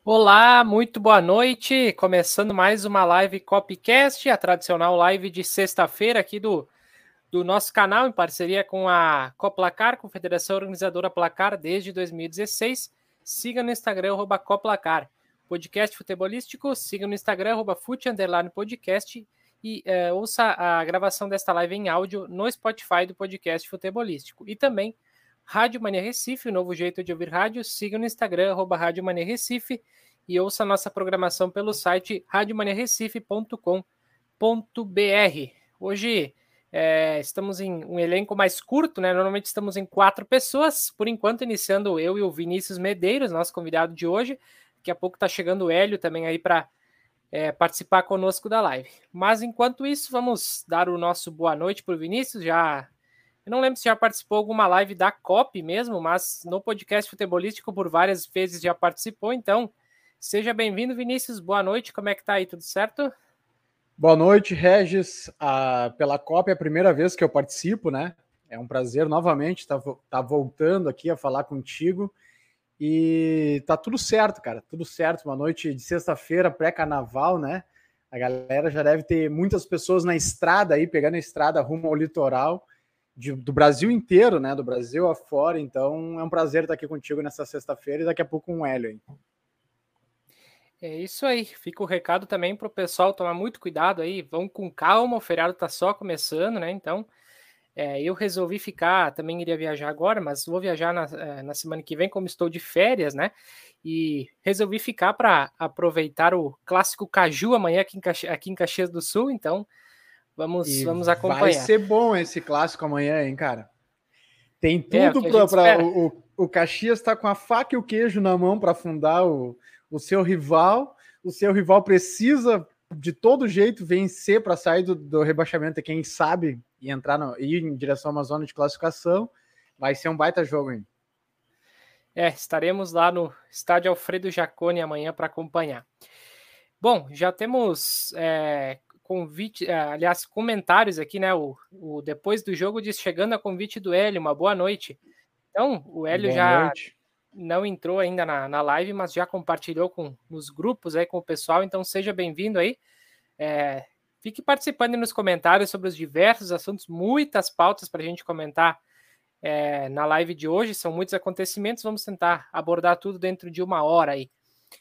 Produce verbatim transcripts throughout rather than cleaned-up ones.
Olá, muito boa noite. Começando mais uma live Copcast, a tradicional live de sexta-feira aqui do, do nosso canal, em parceria com a Coplacar, Confederação Organizadora Placar, desde dois mil e dezesseis. Siga no Instagram, arroba Coplacar. Podcast futebolístico, siga no Instagram, arroba fute, underline podcast, e é, ouça a gravação desta live em áudio no Spotify do podcast futebolístico. E também Rádio Mania Recife, o novo jeito de ouvir rádio. Siga no Instagram, arroba Rádio Mania Recife, e ouça a nossa programação pelo site rádio mania recife ponto com ponto b r. Hoje é, estamos em um elenco mais curto, né? Normalmente estamos em quatro pessoas, por enquanto iniciando eu e o Vinícius Medeiros, nosso convidado de hoje. Daqui a pouco está chegando o Hélio também aí para é, participar conosco da live. Mas enquanto isso, vamos dar o nosso boa noite para o Vinícius. Já Eu não lembro se já participou alguma live da Cop mesmo, mas no podcast futebolístico por várias vezes já participou, então seja bem-vindo, Vinícius. Boa noite, como é que tá aí? Tudo certo? Boa noite, Regis. Ah, pela Copa é a primeira vez que eu participo, né? É um prazer novamente estar tá, tá voltando aqui a falar contigo. E tá tudo certo, cara. Tudo certo. Uma noite de sexta-feira, pré-carnaval, né? A galera já deve ter muitas pessoas na estrada aí, pegando a estrada rumo ao litoral de, do Brasil inteiro, né? Do Brasil afora. Então é um prazer estar aqui contigo nessa sexta-feira e daqui a pouco um Hélio aí. É isso aí. Fica o recado também para o pessoal tomar muito cuidado aí. Vão com calma, o feriado tá só começando, né? Então, é, eu resolvi ficar, também iria viajar agora, mas vou viajar na, na semana que vem, como estou de férias, né? E resolvi ficar para aproveitar o clássico Caju amanhã aqui em, Caxi- aqui em Caxias do Sul. Então, vamos, E vamos vai acompanhar. ser bom esse clássico amanhã, hein, cara? Tem É, o tudo que a gente para espera. o, o, o Caxias está com a faca e o queijo na mão para afundar o, o seu rival. O seu rival precisa de todo jeito vencer para sair do, do rebaixamento, quem sabe, e entrar no, ir em direção a uma zona de classificação. Vai ser um baita jogo, hein? É, estaremos lá no estádio Alfredo Jaconi amanhã para acompanhar. Bom, já temos é, convite, é, aliás, comentários aqui, né? O, o depois do jogo diz chegando a convite do Hélio, uma boa noite. Então, o Hélio Boa já noite. não entrou ainda na, na live, mas já compartilhou com nos grupos aí com o pessoal, então seja bem-vindo aí. É, fique participando nos comentários sobre os diversos assuntos, muitas pautas para a gente comentar é, na live de hoje, são muitos acontecimentos, vamos tentar abordar tudo dentro de uma hora aí.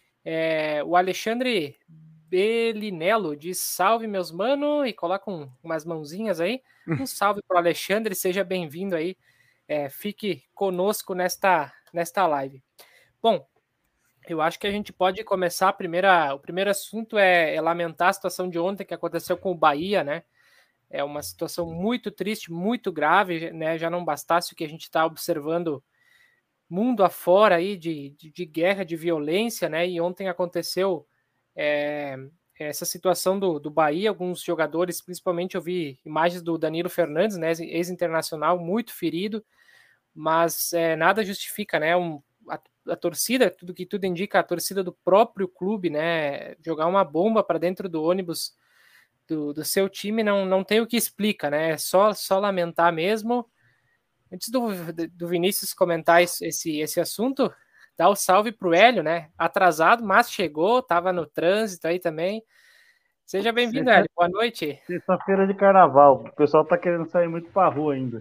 É, o Alexandre Belinello diz salve, meus mano, e coloca um, umas mãozinhas aí. Um salve para o Alexandre, seja bem-vindo aí. É, fique conosco nesta, nesta live. Bom, eu acho que a gente pode começar a primeira. O primeiro assunto é, é lamentar a situação de ontem que aconteceu com o Bahia, né? É uma situação muito triste, muito grave, né? Já não bastasse o que a gente está observando mundo afora aí de, de, de guerra, de violência, né? E ontem aconteceu é, essa situação do, do Bahia, alguns jogadores, principalmente eu vi imagens do Danilo Fernandes, né? Ex-internacional, muito ferido, mas é, nada justifica, né? Um, a, a torcida, tudo que tudo indica, a torcida do próprio clube, né? Jogar uma bomba para dentro do ônibus do, do seu time não, não tem o que explica, né? É só, só lamentar mesmo. Antes do, do Vinícius comentar esse, esse assunto, dá o salve pro Hélio, né? Atrasado, mas chegou, tava no trânsito aí também. Seja bem-vindo, Sexta- Hélio. Boa noite. Sexta-feira de carnaval. O pessoal tá querendo sair muito pra rua ainda.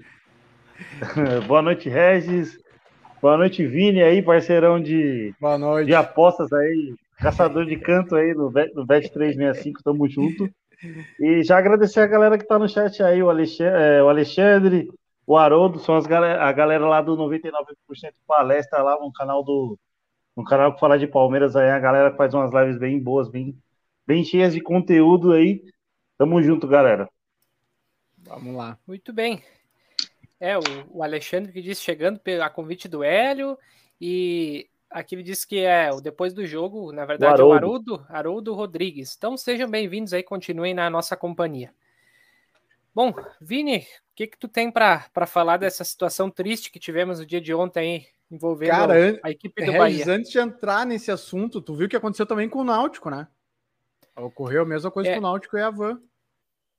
Boa noite, Regis. Boa noite, Vini aí, parceirão de, Boa noite. de apostas aí, caçador de canto aí no, Bet- no Bet trezentos e sessenta e cinco, tamo junto. E já agradecer a galera que tá no chat aí, o Alexandre, é, o, Alexandre, o Haroldo, são as galera, a galera lá do noventa e nove por cento Palestra lá no canal do no canal que fala de Palmeiras aí, a galera que faz umas lives bem boas, bem, bem cheias de conteúdo aí. Tamo junto, galera. Vamos lá. Muito bem. É, o, o Alexandre que disse chegando a convite do Hélio, e aqui ele disse que é o depois do jogo, na O verdade, é o Haroldo. Haroldo, Haroldo Rodrigues. Então sejam bem-vindos aí, continuem na nossa companhia. Bom, Vini, o que que tu tem para falar dessa situação triste que tivemos no dia de ontem aí, envolvendo Cara, a equipe do Regis, Bahia? antes de entrar nesse assunto, tu viu o que aconteceu também com o Náutico, né? Ocorreu a mesma coisa É, com o Náutico e a Van.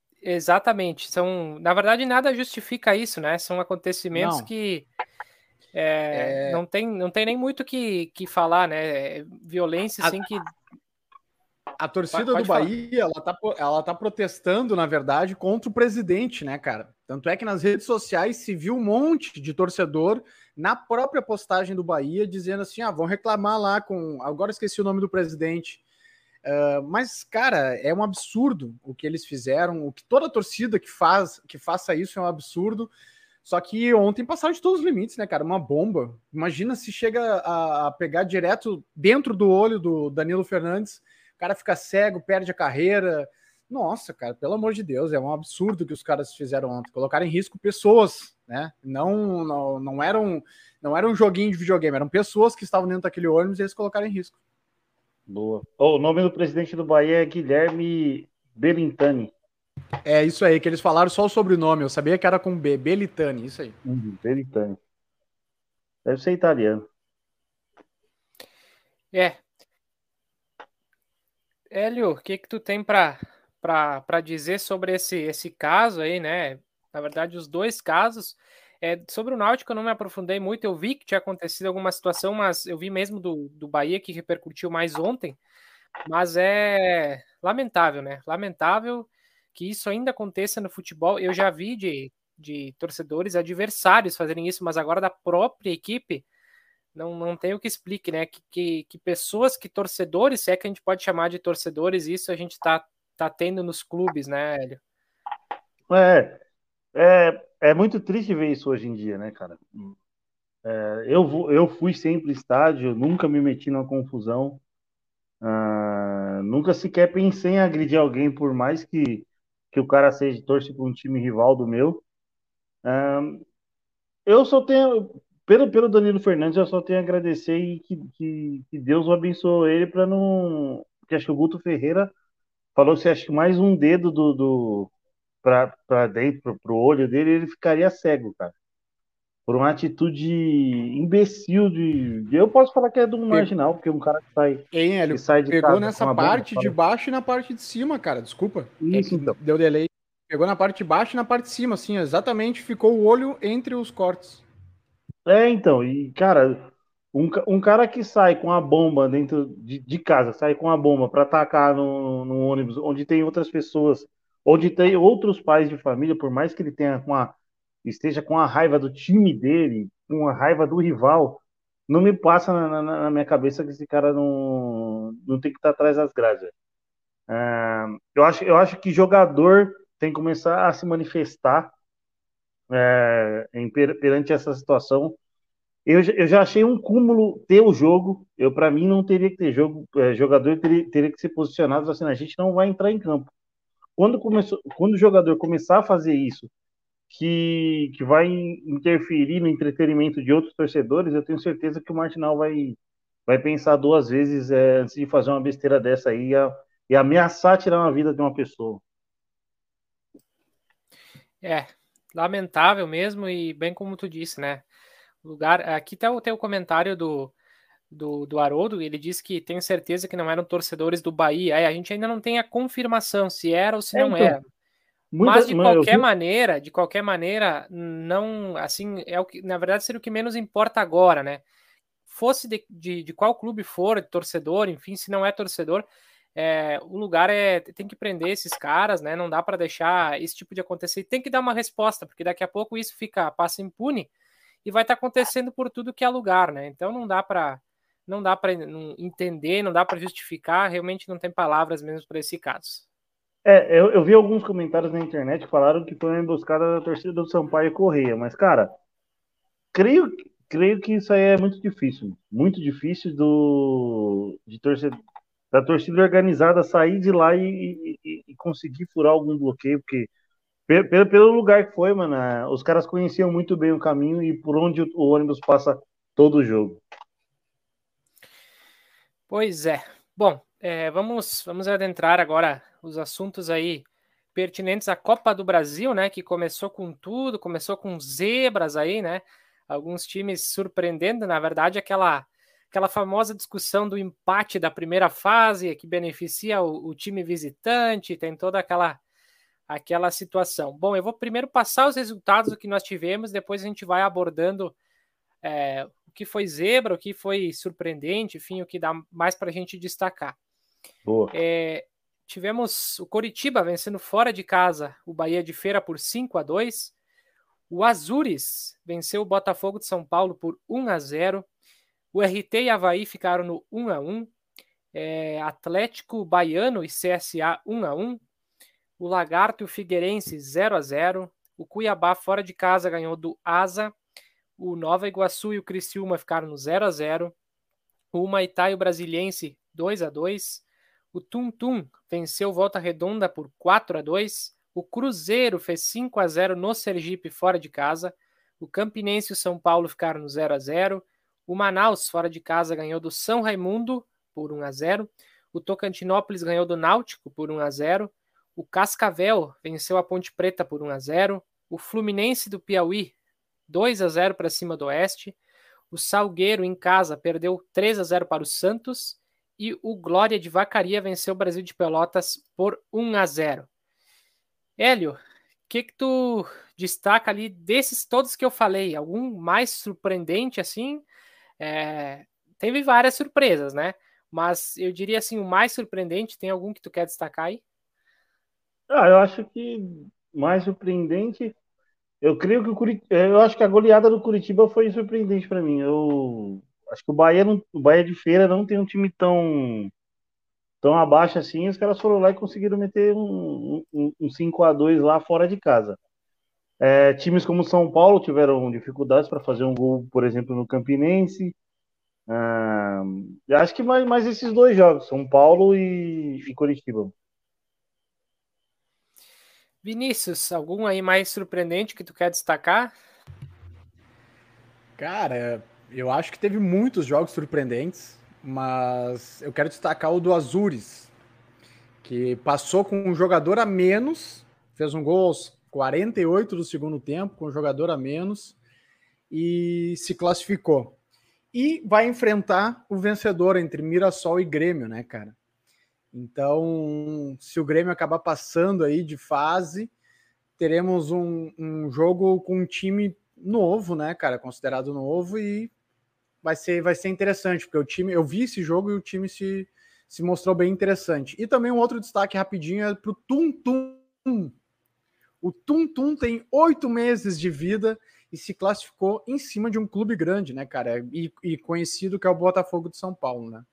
exatamente. São, na verdade, nada justifica isso, né? São acontecimentos Não. que É, é... Não, tem, não tem nem muito o que, que falar, né? Violência, assim, a... que... A torcida Pode do Bahia, ela tá, ela tá protestando, na verdade, contra o presidente, né, cara? Tanto é que nas redes sociais se viu um monte de torcedor na própria postagem do Bahia dizendo assim, ah, vão reclamar lá com... Agora esqueci o nome do presidente. Uh, mas, cara, é um absurdo o que eles fizeram. O que toda torcida que, faz, que faça isso é um absurdo. Só que ontem passaram de todos os limites, né, cara? Uma bomba. Imagina se chega a, a pegar direto dentro do olho do Danilo Fernandes... O cara fica cego, perde a carreira. Nossa, cara, pelo amor de Deus, é um absurdo que os caras fizeram ontem. Colocaram em risco pessoas, né? Não, não, não, era um, não era um joguinho de videogame, eram pessoas que estavam dentro daquele ônibus e eles colocaram em risco. Boa. Oh, o nome do presidente do Bahia é Guilherme Belintani. É isso aí, que eles falaram só o sobrenome. Eu sabia que era com B, Belintani, isso aí. Uhum, Belintani. Deve ser italiano. É. Hélio, o que que tu tem para para dizer sobre esse, esse caso aí, né? Na verdade, os dois casos. É, sobre o Náutico eu não me aprofundei muito, eu vi que tinha acontecido alguma situação, mas eu vi mesmo do, do Bahia que repercutiu mais ontem, mas é lamentável, né? Lamentável que isso ainda aconteça no futebol. Eu já vi de, de torcedores adversários fazerem isso, mas agora da própria equipe, não, não tem o que explique, né? Que, que, que pessoas, que torcedores, se é que a gente pode chamar de torcedores, isso a gente tá, tá tendo nos clubes, né, Hélio? É, é, é muito triste ver isso hoje em dia, né, cara? É, eu, eu fui sempre estádio, nunca me meti numa confusão, ah, nunca sequer pensei em agredir alguém, por mais que, que o cara seja torce para um time rival do meu. Ah, eu só tenho, pelo, pelo Danilo Fernandes, eu só tenho a agradecer e que, que, que Deus o abençoe ele para não. Porque acho que o Guto Ferreira falou se acho que mais um dedo do, do para dentro, pro, pro olho dele, ele ficaria cego, cara. Por uma atitude imbecil de. Eu posso falar que é do marginal, porque um cara que sai, hein, Hélio, que sai de pegou casa nessa com uma parte bomba, de baixo e na parte de cima, cara. Desculpa. Isso, é então. Deu delay. Pegou na parte de baixo e na parte de cima, assim, exatamente. Ficou o olho entre os cortes. É, então, e, cara, um, um cara que sai com a bomba dentro de, de casa, sai com a bomba para atacar no, no ônibus, onde tem outras pessoas, onde tem outros pais de família, por mais que ele tenha com a, esteja com a raiva do time dele, com a raiva do rival, não me passa na, na, na minha cabeça que esse cara não, não tem que estar atrás das grades. É, eu, acho, eu acho que jogador tem que começar a se manifestar é, em, perante essa situação. Eu, eu já achei um cúmulo ter o jogo. Eu, para mim, não teria que ter jogo. É, jogador teria, teria que ser posicionado assim: a gente não vai entrar em campo. Quando, começou, quando o jogador começar a fazer isso, que, que vai interferir no entretenimento de outros torcedores, eu tenho certeza que o Martinal vai, vai pensar duas vezes é, antes de fazer uma besteira dessa aí e, a, e ameaçar tirar uma vida de uma pessoa. É, lamentável mesmo, e bem como tu disse, né? Lugar, aqui tá o teu comentário do, do, do Haroldo, ele disse que tem certeza que não eram torcedores do Bahia. É, a gente ainda não tem a confirmação se era ou se É, não então, era. muita, Mas de qualquer maneira, de qualquer maneira, não, assim, é o que, na verdade, seria o que menos importa agora, né? Fosse de, de, de qual clube for, torcedor, enfim, se não é torcedor, é, o lugar é tem que prender esses caras, né? Não dá para deixar esse tipo de acontecer. Tem que dar uma resposta, porque daqui a pouco isso fica passa impune e vai estar tá acontecendo por tudo que é lugar, né? Então não dá para não dá para entender, não dá para justificar. Realmente não tem palavras mesmo para esse caso. É, eu, eu vi alguns comentários na internet que falaram que foi uma emboscada da torcida do Sampaio Correia, mas, cara, creio, creio que isso aí é muito difícil. Muito difícil do, de torcida, da torcida organizada sair de lá e, e, e conseguir furar algum bloqueio, porque pelo, pelo lugar que foi, mano, os caras conheciam muito bem o caminho e por onde o, o ônibus passa todo o jogo. Pois é. Bom, é, vamos, vamos adentrar agora os assuntos aí pertinentes à Copa do Brasil, né? Que começou com tudo, começou com zebras aí, né? Alguns times surpreendendo, na verdade, aquela, aquela famosa discussão do empate da primeira fase que beneficia o, o time visitante, tem toda aquela, aquela situação. Bom, eu vou primeiro passar os resultados do que nós tivemos, depois a gente vai abordando é, o que foi zebra, o que foi surpreendente, enfim, o que dá mais para a gente destacar. Boa. É, tivemos o Coritiba vencendo fora de casa o Bahia de Feira por cinco a dois. O Azures venceu o Botafogo de São Paulo por um a zero. O R T e Avaí ficaram no um a um. É, Atlético Baiano e C S A um a um. O Lagarto e o Figueirense zero a zero. O Cuiabá fora de casa ganhou do Asa. O Nova Iguaçu e o Criciúma ficaram no zero a zero. O Humaitá e o Brasiliense dois a dois. O Tum Tum venceu o Volta Redonda por quatro a dois. O Cruzeiro fez cinco a zero no Sergipe fora de casa. O Campinense e o São Paulo ficaram no zero a zero. O Manaus fora de casa ganhou do São Raimundo por um a zero. O Tocantinópolis ganhou do Náutico por um a zero. O Cascavel venceu a Ponte Preta por um a zero. O Fluminense do Piauí dois a zero para cima do Oeste. O Salgueiro em casa perdeu três a zero para o Santos. E o Glória de Vacaria venceu o Brasil de Pelotas por um a zero. Hélio, o que que tu destaca ali desses todos que eu falei? Algum mais surpreendente assim? É, teve várias surpresas, né? Mas eu diria assim, o mais surpreendente, tem algum que tu quer destacar aí? Ah, eu acho que mais surpreendente. Eu creio que o Curit... eu acho que a goleada do Curitiba foi surpreendente para mim. Eu acho que o Bahia, não... o Bahia de Feira não tem um time tão tão abaixo assim. Os caras foram lá e conseguiram meter um, um, um cinco a dois lá fora de casa. É, times como São Paulo tiveram dificuldades para fazer um gol, por exemplo, no Campinense. Ah, eu acho que mais, mais esses dois jogos, São Paulo e, e Curitiba. Vinícius, algum aí mais surpreendente que tu quer destacar? Cara, eu acho que teve muitos jogos surpreendentes, mas eu quero destacar o do Azures, que passou com um jogador a menos, fez um gol aos quarenta e oito do segundo tempo, com um jogador a menos, e se classificou. E vai enfrentar o vencedor entre Mirassol e Grêmio, né, cara? Então, se o Grêmio acabar passando aí de fase, teremos um, um jogo com um time novo, né, cara? Considerado novo, e vai ser, vai ser interessante, porque o time, eu vi esse jogo e o time se, se mostrou bem interessante. E também um outro destaque rapidinho é pro Tum Tum. O Tum Tum tem oito meses de vida e se classificou em cima de um clube grande, né, cara? E, e conhecido, que é o Botafogo de São Paulo, né?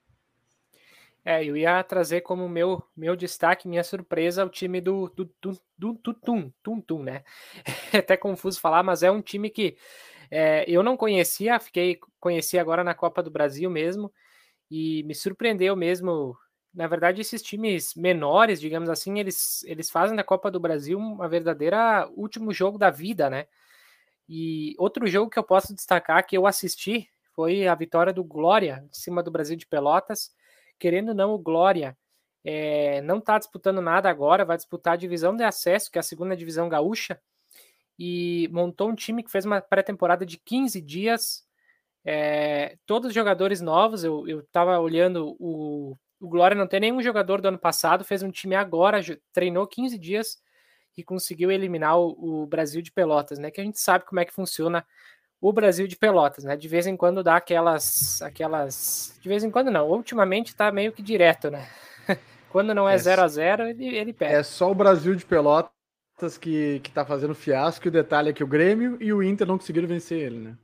É, eu ia trazer como meu, meu destaque, minha surpresa, o time do, do, do, do, do Tum, Tum Tum, né? É até confuso falar, mas é um time que é, eu não conhecia, fiquei conheci agora na Copa do Brasil mesmo, e me surpreendeu mesmo. Na verdade, esses times menores, digamos assim, eles, eles fazem da Copa do Brasil uma verdadeira último jogo da vida, né? E outro jogo que eu posso destacar que eu assisti foi a vitória do Glória em cima do Brasil de Pelotas. Querendo ou não, o Glória é, não está disputando nada agora, vai disputar a divisão de acesso, que é a segunda divisão gaúcha, e montou um time que fez uma pré-temporada de quinze dias, é, todos os jogadores novos. Eu estava olhando, o, o Glória não tem nenhum jogador do ano passado, fez um time agora, treinou quinze dias e conseguiu eliminar o, o Brasil de Pelotas, né? Que a gente sabe como é que funciona o Brasil de Pelotas, né? De vez em quando dá aquelas, aquelas, de vez em quando não. Ultimamente tá meio que direto, né? Quando não é zero a zero, ele, ele perde. É só o Brasil de Pelotas que, que tá fazendo fiasco, e o detalhe é que o Grêmio e o Inter não conseguiram vencer ele, né?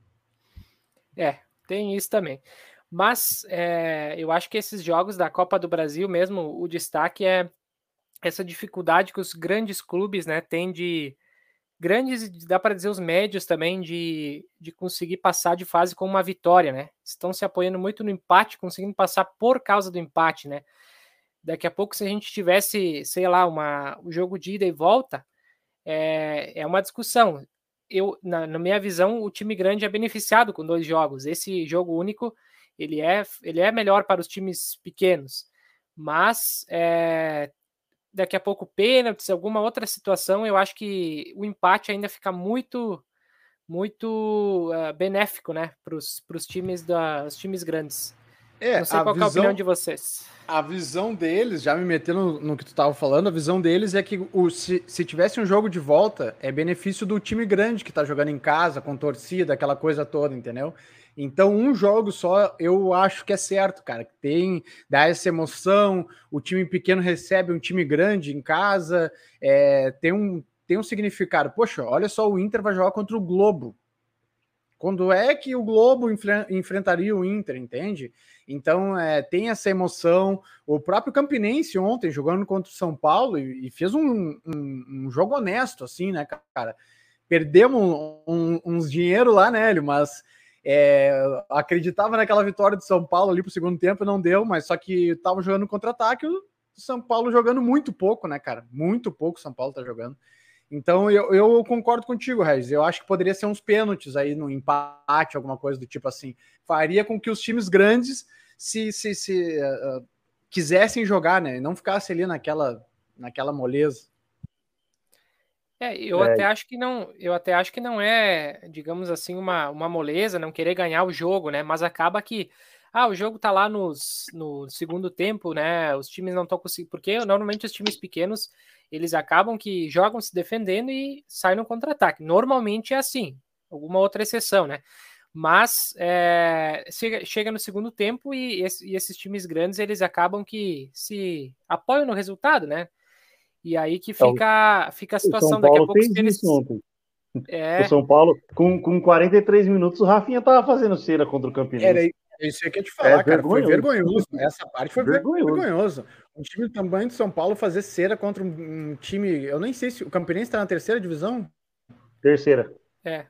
É, tem isso também. Mas é, eu acho que esses jogos da Copa do Brasil mesmo, o destaque é essa dificuldade que os grandes clubes, né, têm de grandes, dá para dizer os médios também, de, de conseguir passar de fase com uma vitória, né? Estão se apoiando muito no empate, conseguindo passar por causa do empate, né? Daqui a pouco, se a gente tivesse, sei lá, uma, um jogo de ida e volta, é, é uma discussão. Eu, na, na minha visão, o time grande é beneficiado com dois jogos. Esse jogo único, ele é, ele é melhor para os times pequenos, mas é, daqui a pouco pênaltis, alguma outra situação, eu acho que o empate ainda fica muito muito uh, benéfico, né, para os times da, os times grandes. É, Não sei a qual que é a visão, opinião de vocês. a visão deles, já me metendo no, no que tu tava falando, a visão deles é que o, se, se tivesse um jogo de volta, é benefício do time grande que tá jogando em casa, com torcida, aquela coisa toda, entendeu? Então, um jogo só, eu acho que é certo, cara. Que Tem, dá essa emoção, o time pequeno recebe um time grande em casa, é, tem, um, tem um significado. Poxa, olha só, o Inter vai jogar contra o Globo. Quando é que o Globo enfre- enfrentaria o Inter, entende? Então, é, tem essa emoção. O próprio Campinense ontem, jogando contra o São Paulo, e, e fez um, um, um jogo honesto, assim, né, cara? Perdemos um, um, uns dinheiro lá, né, Hélio? Mas é, acreditava naquela vitória do São Paulo ali pro segundo tempo e não deu, mas só que tava jogando contra-ataque, o São Paulo jogando muito pouco, né, cara? Muito pouco o São Paulo tá jogando. Então eu, eu concordo contigo, Regis. Eu acho que poderia ser uns pênaltis aí no empate, alguma coisa do tipo assim. Faria com que os times grandes se, se, se uh, quisessem jogar, né? E não ficasse ali naquela, naquela moleza. É, eu É, até acho que não, eu até acho que não é, digamos assim, uma, uma moleza não querer ganhar o jogo, né? Mas acaba que, ah, o jogo tá lá nos, no segundo tempo, né? Os times não estão conseguindo, porque normalmente os times pequenos, eles acabam que jogam se defendendo e saem no contra-ataque. Normalmente é assim, alguma outra exceção, né? Mas é, chega, chega no segundo tempo e, esse, e esses times grandes, eles acabam que se apoiam no resultado, né? E aí que então, fica, fica a o São situação. Daqui a Paulo pouco, se fez isso eles. ontem. O É, São Paulo, com, com quarenta e três minutos, o Rafinha tava fazendo cera contra o Era Campinense. isso que eu ia te É falar, cara. Foi vergonhoso. vergonhoso. Essa parte foi Vergonhoso. vergonhoso. Um time do tamanho de São Paulo fazer cera contra um, um time. Eu nem sei se o Campinense tá na terceira divisão. Terceira. é.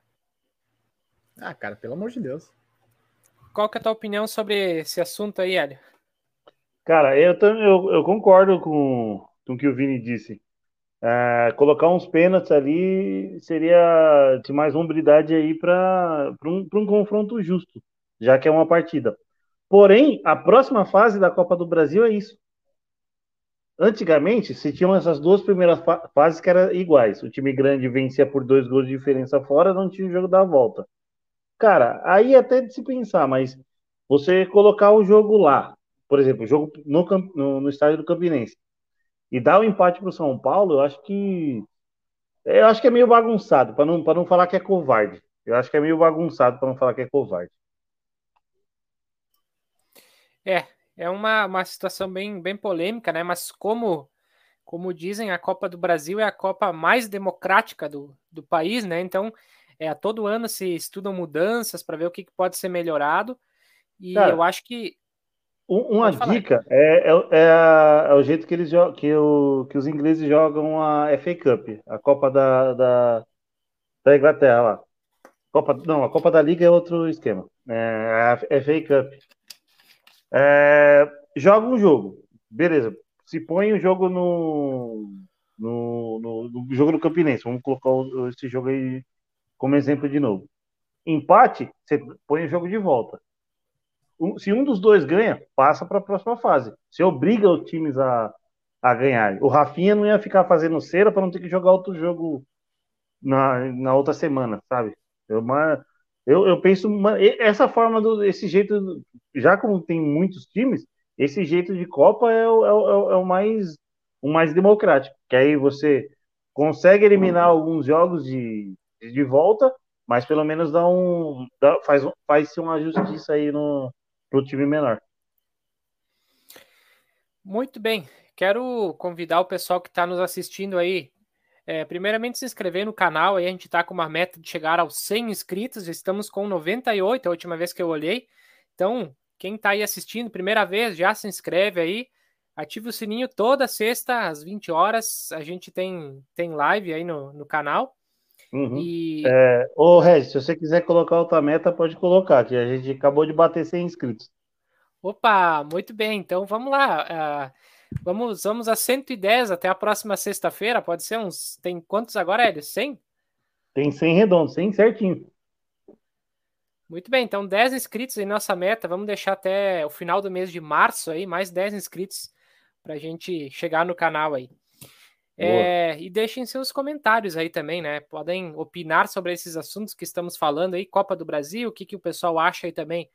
Ah, cara, pelo amor de Deus. Qual que é a tua opinião sobre esse assunto aí, Hélio? Cara, eu, tam- eu, eu concordo com, com o que o Vini disse. É, colocar uns pênaltis ali seria de mais hombridade aí para um, pra um confronto justo, já que é uma partida. Porém, a próxima fase da Copa do Brasil é isso. Antigamente, se tinham essas duas primeiras fa- fases que eram iguais. O time grande vencia por dois gols de diferença fora, não tinha o jogo da volta. Cara, aí é até de se pensar, mas você colocar o jogo lá, por exemplo, o jogo no, camp- no, no estádio do Campinense, e dar o empate para o São Paulo, eu acho que eu acho que é meio bagunçado, para não, para não falar que é covarde. Eu acho que é meio bagunçado para não falar que é covarde. É, é uma, uma situação bem, bem polêmica, né? Mas como, como dizem, a Copa do Brasil é a Copa mais democrática do, do país, né? Então, é, a todo ano se estudam mudanças para ver o que, que pode ser melhorado. E eu Cara, acho que. um- uma Pode falar. dica é, é, é, a- é o jeito que eles jogam, que, o, que os ingleses jogam a F A Cup, a Copa da, da, da Inglaterra lá. Copa, não, a Copa da Liga é outro esquema. É a F A Cup. É, joga um jogo, beleza. Se põe o jogo no, no, no, no jogo do Campinense. Vamos colocar o- esse jogo aí como exemplo de novo. Empate, você põe o jogo de volta. Um- se um dos dois ganha, passa para a próxima fase. Você obriga os times a, a ganhar. O Rafinha não ia ficar fazendo cera para não ter que jogar outro jogo na, na outra semana, sabe? Eu, uma, eu, eu penso, uma, e- essa forma, do, esse jeito, já como tem muitos times, esse jeito de Copa é o, é o, é o mais, o mais democrático. Que aí você consegue eliminar alguns jogos de, de volta, mas pelo menos dá um, dá, faz, faz uma justiça aí no, pro time menor. Muito bem. Quero convidar o pessoal que está nos assistindo aí. É, primeiramente, se inscrever no canal. Aí a gente está com uma meta de chegar aos cem inscritos. Já estamos com noventa e oito, a última vez que eu olhei. Então, quem está aí assistindo, primeira vez, já se inscreve aí. Ativa o sininho toda sexta, às vinte horas. A gente tem, tem live aí no, no canal. Uhum. E, É, ô, Regis, se você quiser colocar outra meta, pode colocar, que a gente acabou de bater cem inscritos. opa, muito bem. Então, vamos lá. ah, vamos, vamos a cento e dez até a próxima sexta-feira. Pode ser uns... Tem quantos agora, Hélio? cem? Tem cem redondo, cem certinho. Muito bem, então dez inscritos em nossa meta. Vamos deixar até o final do mês de março aí, mais dez inscritos para a gente chegar no canal aí. Boa. É, e deixem seus comentários aí também, né? Podem opinar sobre esses assuntos que estamos falando aí, Copa do Brasil, o que, que o pessoal acha aí também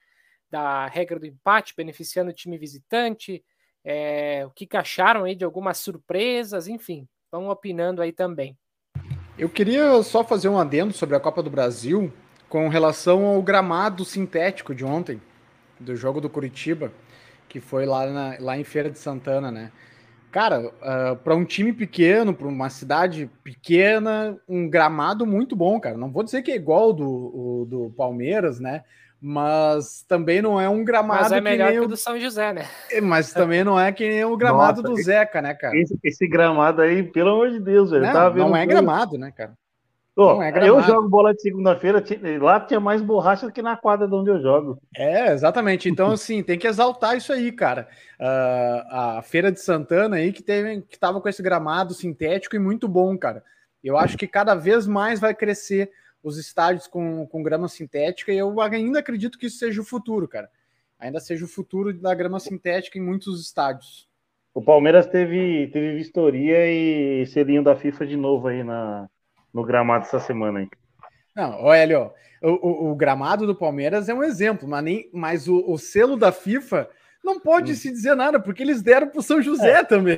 da regra do empate, beneficiando o time visitante, é, o que, que acharam aí de algumas surpresas, enfim, vão opinando aí também. Eu queria só fazer um adendo sobre a Copa do Brasil com relação ao gramado sintético de ontem, do jogo do Curitiba, que foi lá, na, lá em Feira de Santana, né? Cara, uh, para um time pequeno, para uma cidade pequena, um gramado muito bom, cara. Não vou dizer que é igual do, o, do Palmeiras, né? Mas também não é um gramado Mas é melhor que, que o do São José, né? Mas também não é que nem o gramado Nossa, do Zeca, né, cara? Esse, esse gramado aí, pelo amor de Deus, velho. Não, tava não vendo é gramado, né, cara? Oh, não é gramado. Eu jogo bola de segunda-feira, lá tinha mais borracha do que na quadra de onde eu jogo. É, exatamente. Então, assim, tem que exaltar isso aí, cara. Uh, a Feira de Santana aí, que, teve, que tava com esse gramado sintético e muito bom, cara. Eu acho que cada vez mais vai crescer os estádios com, com grama sintética e eu ainda acredito que isso seja o futuro, cara. Ainda seja o futuro da grama sintética em muitos estádios. O Palmeiras teve, teve vistoria e selinho da FIFA de novo aí na, no gramado essa semana aí. Não, olha, ó, o, o, o gramado do Palmeiras é um exemplo, mas, nem, mas o, o selo da FIFA não pode hum. se dizer nada, porque eles deram pro São José é. também.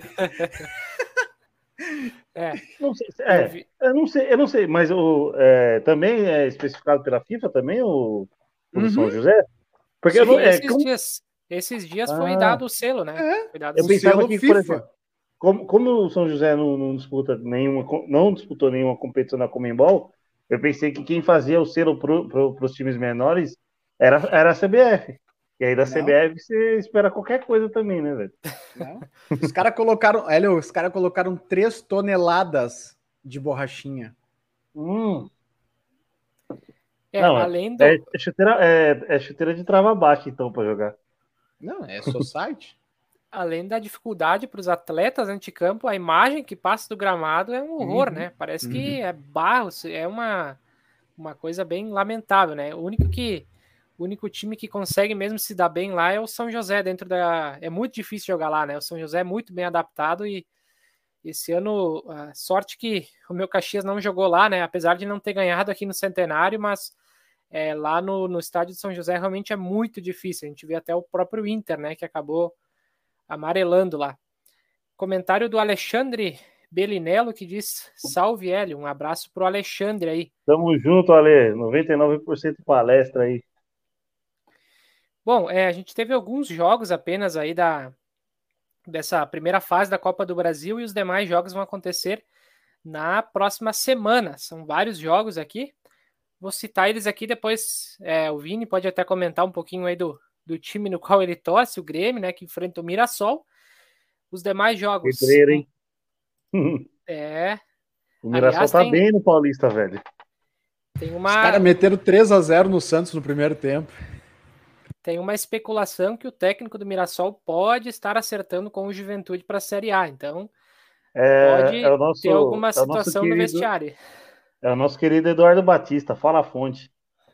É. Não sei, é, eu não sei, eu não sei, mas o, é, também é especificado pela FIFA também o, o uhum. São José? Porque Sim, não, é, esses, como... dias, esses dias ah. foi dado o selo, né? É. Foi dado eu o pensava selo que, FIFA. por exemplo, como, como o São José não, não disputa nenhuma, não disputou nenhuma competição na Conmebol, eu pensei que quem fazia o selo para pro, os times menores era, era a C B F. E aí da não. C B F você espera qualquer coisa também, né, velho? Os caras colocaram, olha, os caras colocaram três toneladas de borrachinha. Hum. É, não, além do... é, é, chuteira, é, é chuteira de trava baixa, então, para jogar. Não, é society. Além da dificuldade para os atletas anticampo, a imagem que passa do gramado é um horror, uhum, né? Parece uhum. que é barro, é uma, uma coisa bem lamentável, né? O único que o único time que consegue mesmo se dar bem lá é o São José dentro da... É muito difícil jogar lá, né? O São José é muito bem adaptado e esse ano, a sorte que o meu Caxias não jogou lá, né? Apesar de não ter ganhado aqui no Centenário, mas é, lá no, no estádio de São José realmente é muito difícil. A gente vê até o próprio Inter, né? Que acabou amarelando lá. Comentário do Alexandre Belinello que diz: salve, Hélio, um abraço pro Alexandre aí. Tamo junto, Ale, noventa e nove por cento palestra aí. Bom, é, a gente teve alguns jogos apenas aí da, dessa primeira fase da Copa do Brasil e os demais jogos vão acontecer na próxima semana. São vários jogos aqui. Vou citar eles aqui, depois é, o Vini pode até comentar um pouquinho aí do, do time no qual ele torce, o Grêmio, né, que enfrenta o Mirassol. Os demais jogos... Pedreiro, hein? É... O Mirassol Aliás, tá tem... bem no Paulista, velho. Tem uma... Os caras meteram três a zero no Santos no primeiro tempo. Tem uma especulação que o técnico do Mirassol pode estar acertando com o Juventude para a Série A. Então, é, pode é o nosso, ter alguma é situação querido, no vestiário. É o nosso querido Eduardo Batista. Fala a fonte.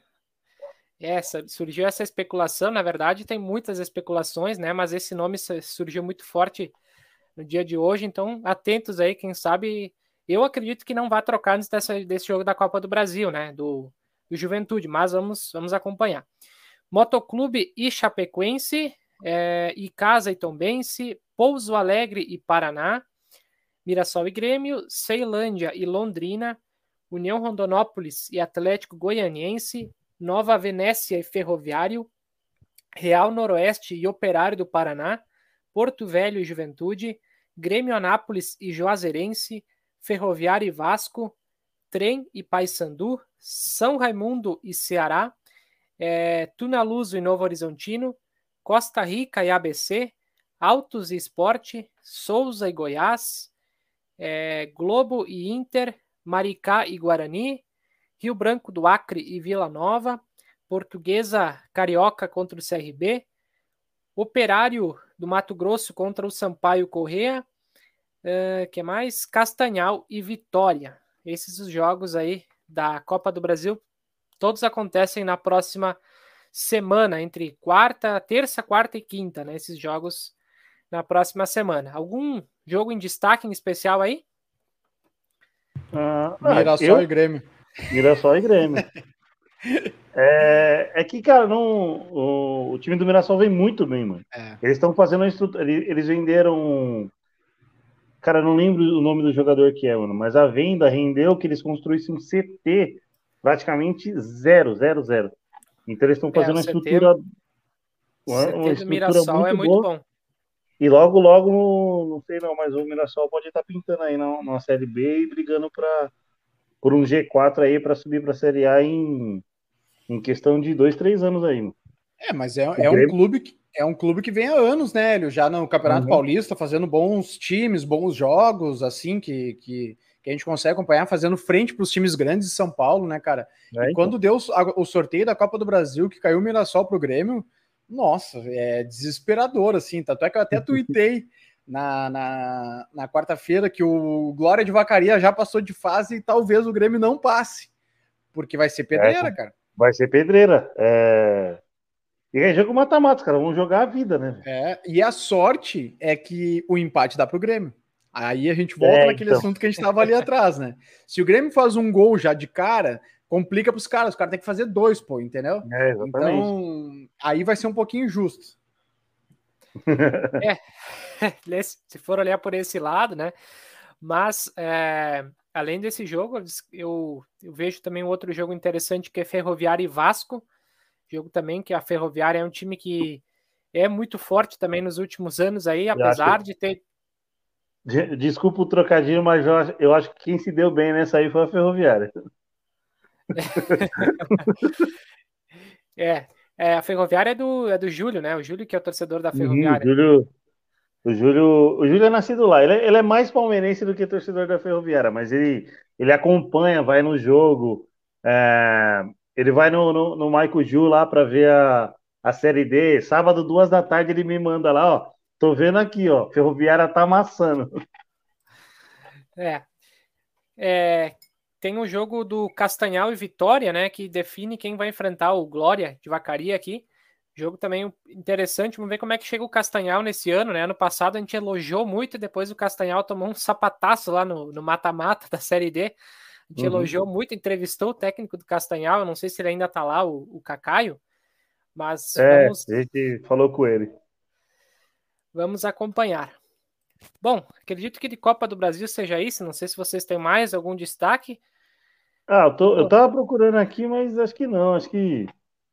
Essa, surgiu essa especulação. Na verdade, tem muitas especulações, né? Mas esse nome surgiu muito forte no dia de hoje. Então, atentos aí, quem sabe... Eu acredito que não vai trocar antes dessa, desse jogo da Copa do Brasil, né? Do, do Juventude, mas vamos, vamos acompanhar. Motoclube e Chapecoense, é, Icasa e Tombense, Pouso Alegre e Paraná, Mirassol e Grêmio, Ceilândia e Londrina, União Rondonópolis e Atlético Goianiense, Nova Venécia e Ferroviário, Real Noroeste e Operário do Paraná, Porto Velho e Juventude, Grêmio Anápolis e Juazeirense, Ferroviário e Vasco, Trem e Paysandu, São Raimundo e Ceará, é, Tunaluso e Novo Horizontino, Costa Rica e A B C, Autos e Esporte, Souza e Goiás, é, Globo e Inter, Maricá e Guarani, Rio Branco do Acre e Vila Nova, Portuguesa Carioca contra o C R B, Operário do Mato Grosso contra o Sampaio Corrêa, uh, que mais? Castanhal e Vitória. Esses os jogos aí da Copa do Brasil, todos acontecem na próxima semana, entre quarta, terça, quarta e quinta, né? Esses jogos na próxima semana. Algum jogo em destaque em especial aí? Uh, Mirassol eu... e Grêmio. Mirassol e Grêmio. É, é que, cara, não, o, o time do Mirassol vem muito bem, mano. É. Eles estão fazendo uma estrutura. Eles, eles venderam. Cara, eu não lembro o nome do jogador que é, mano, mas a venda rendeu que eles construíssem um C T praticamente zero, zero, zero. Então eles estão É, o fazendo uma C T, estrutura, uma, uma C T do estrutura Mirassol é muito muito boa. bom. E logo, logo, não sei não, mas o Mirassol pode estar pintando aí na, na Série B e brigando pra, por um G quatro aí para subir para a Série A em, em questão de dois, três anos aí, mano. É, mas é, O é um Grêmio. clube que é um clube que vem há anos, né, Hélio? Já no Campeonato Uhum. Paulista, fazendo bons times, bons jogos, assim, que, que, que a gente consegue acompanhar, fazendo frente para os times grandes de São Paulo, né, cara? E É, então. quando deu o sorteio da Copa do Brasil, que caiu o Mirassol pro Grêmio, nossa, é desesperador, assim. Tanto é que eu até tuitei na, na, na quarta-feira que o Glória de Vacaria já passou de fase e talvez o Grêmio não passe, porque vai ser É, pedreira, cara. vai ser pedreira. É... E é jogo mata-mata, cara. Vamos jogar a vida, né? É, e a sorte é que o empate dá pro Grêmio. Aí a gente volta É, naquele então. assunto que a gente estava ali atrás, né? Se o Grêmio faz um gol já de cara, complica pros caras. Os caras têm que fazer dois, pô, entendeu? É, exatamente. Então, aí vai ser um pouquinho justo. É, se for olhar por esse lado, né? Mas, é, além desse jogo, eu, eu vejo também um outro jogo interessante que é Ferroviária e Vasco. Jogo também que a Ferroviária é um time que é muito forte também nos últimos anos aí, Eu acho que... apesar de ter. De- Desculpa o trocadilho, mas eu acho, eu acho que quem se deu bem nessa aí foi a Ferroviária. É, é, a Ferroviária é do, é do Júlio, né? O Júlio que é o torcedor da Uhum, o Ferroviária. Júlio, o Júlio, o Júlio é nascido lá. Ele, é- ele é mais palmeirense do que torcedor da Ferroviária, mas ele, ele acompanha, vai no jogo. é, ele vai no, no, no Maico Ju lá para ver a, a Série D. Sábado, duas da tarde, ele me manda lá, ó. Tô vendo aqui, ó. Ferroviária tá amassando. É, é, tem o jogo do Castanhal e Vitória, né? Que define quem vai enfrentar o Glória de Vacaria aqui. Jogo também interessante. Vamos ver como é que chega o Castanhal nesse ano, né? Ano passado a gente elogiou muito e depois o Castanhal tomou um sapataço lá no no mata-mata da Série D. A gente Uhum. elogiou muito, entrevistou o técnico do Castanhal. Eu não sei se ele ainda tá lá, o, o Cacaio, mas É, vamos, a gente falou com ele. vamos acompanhar. Bom, acredito que de Copa do Brasil seja isso. Não sei se vocês têm mais algum destaque. Ah, eu, tô, eu Vamos- tava procurando aqui, mas acho que não. Acho que.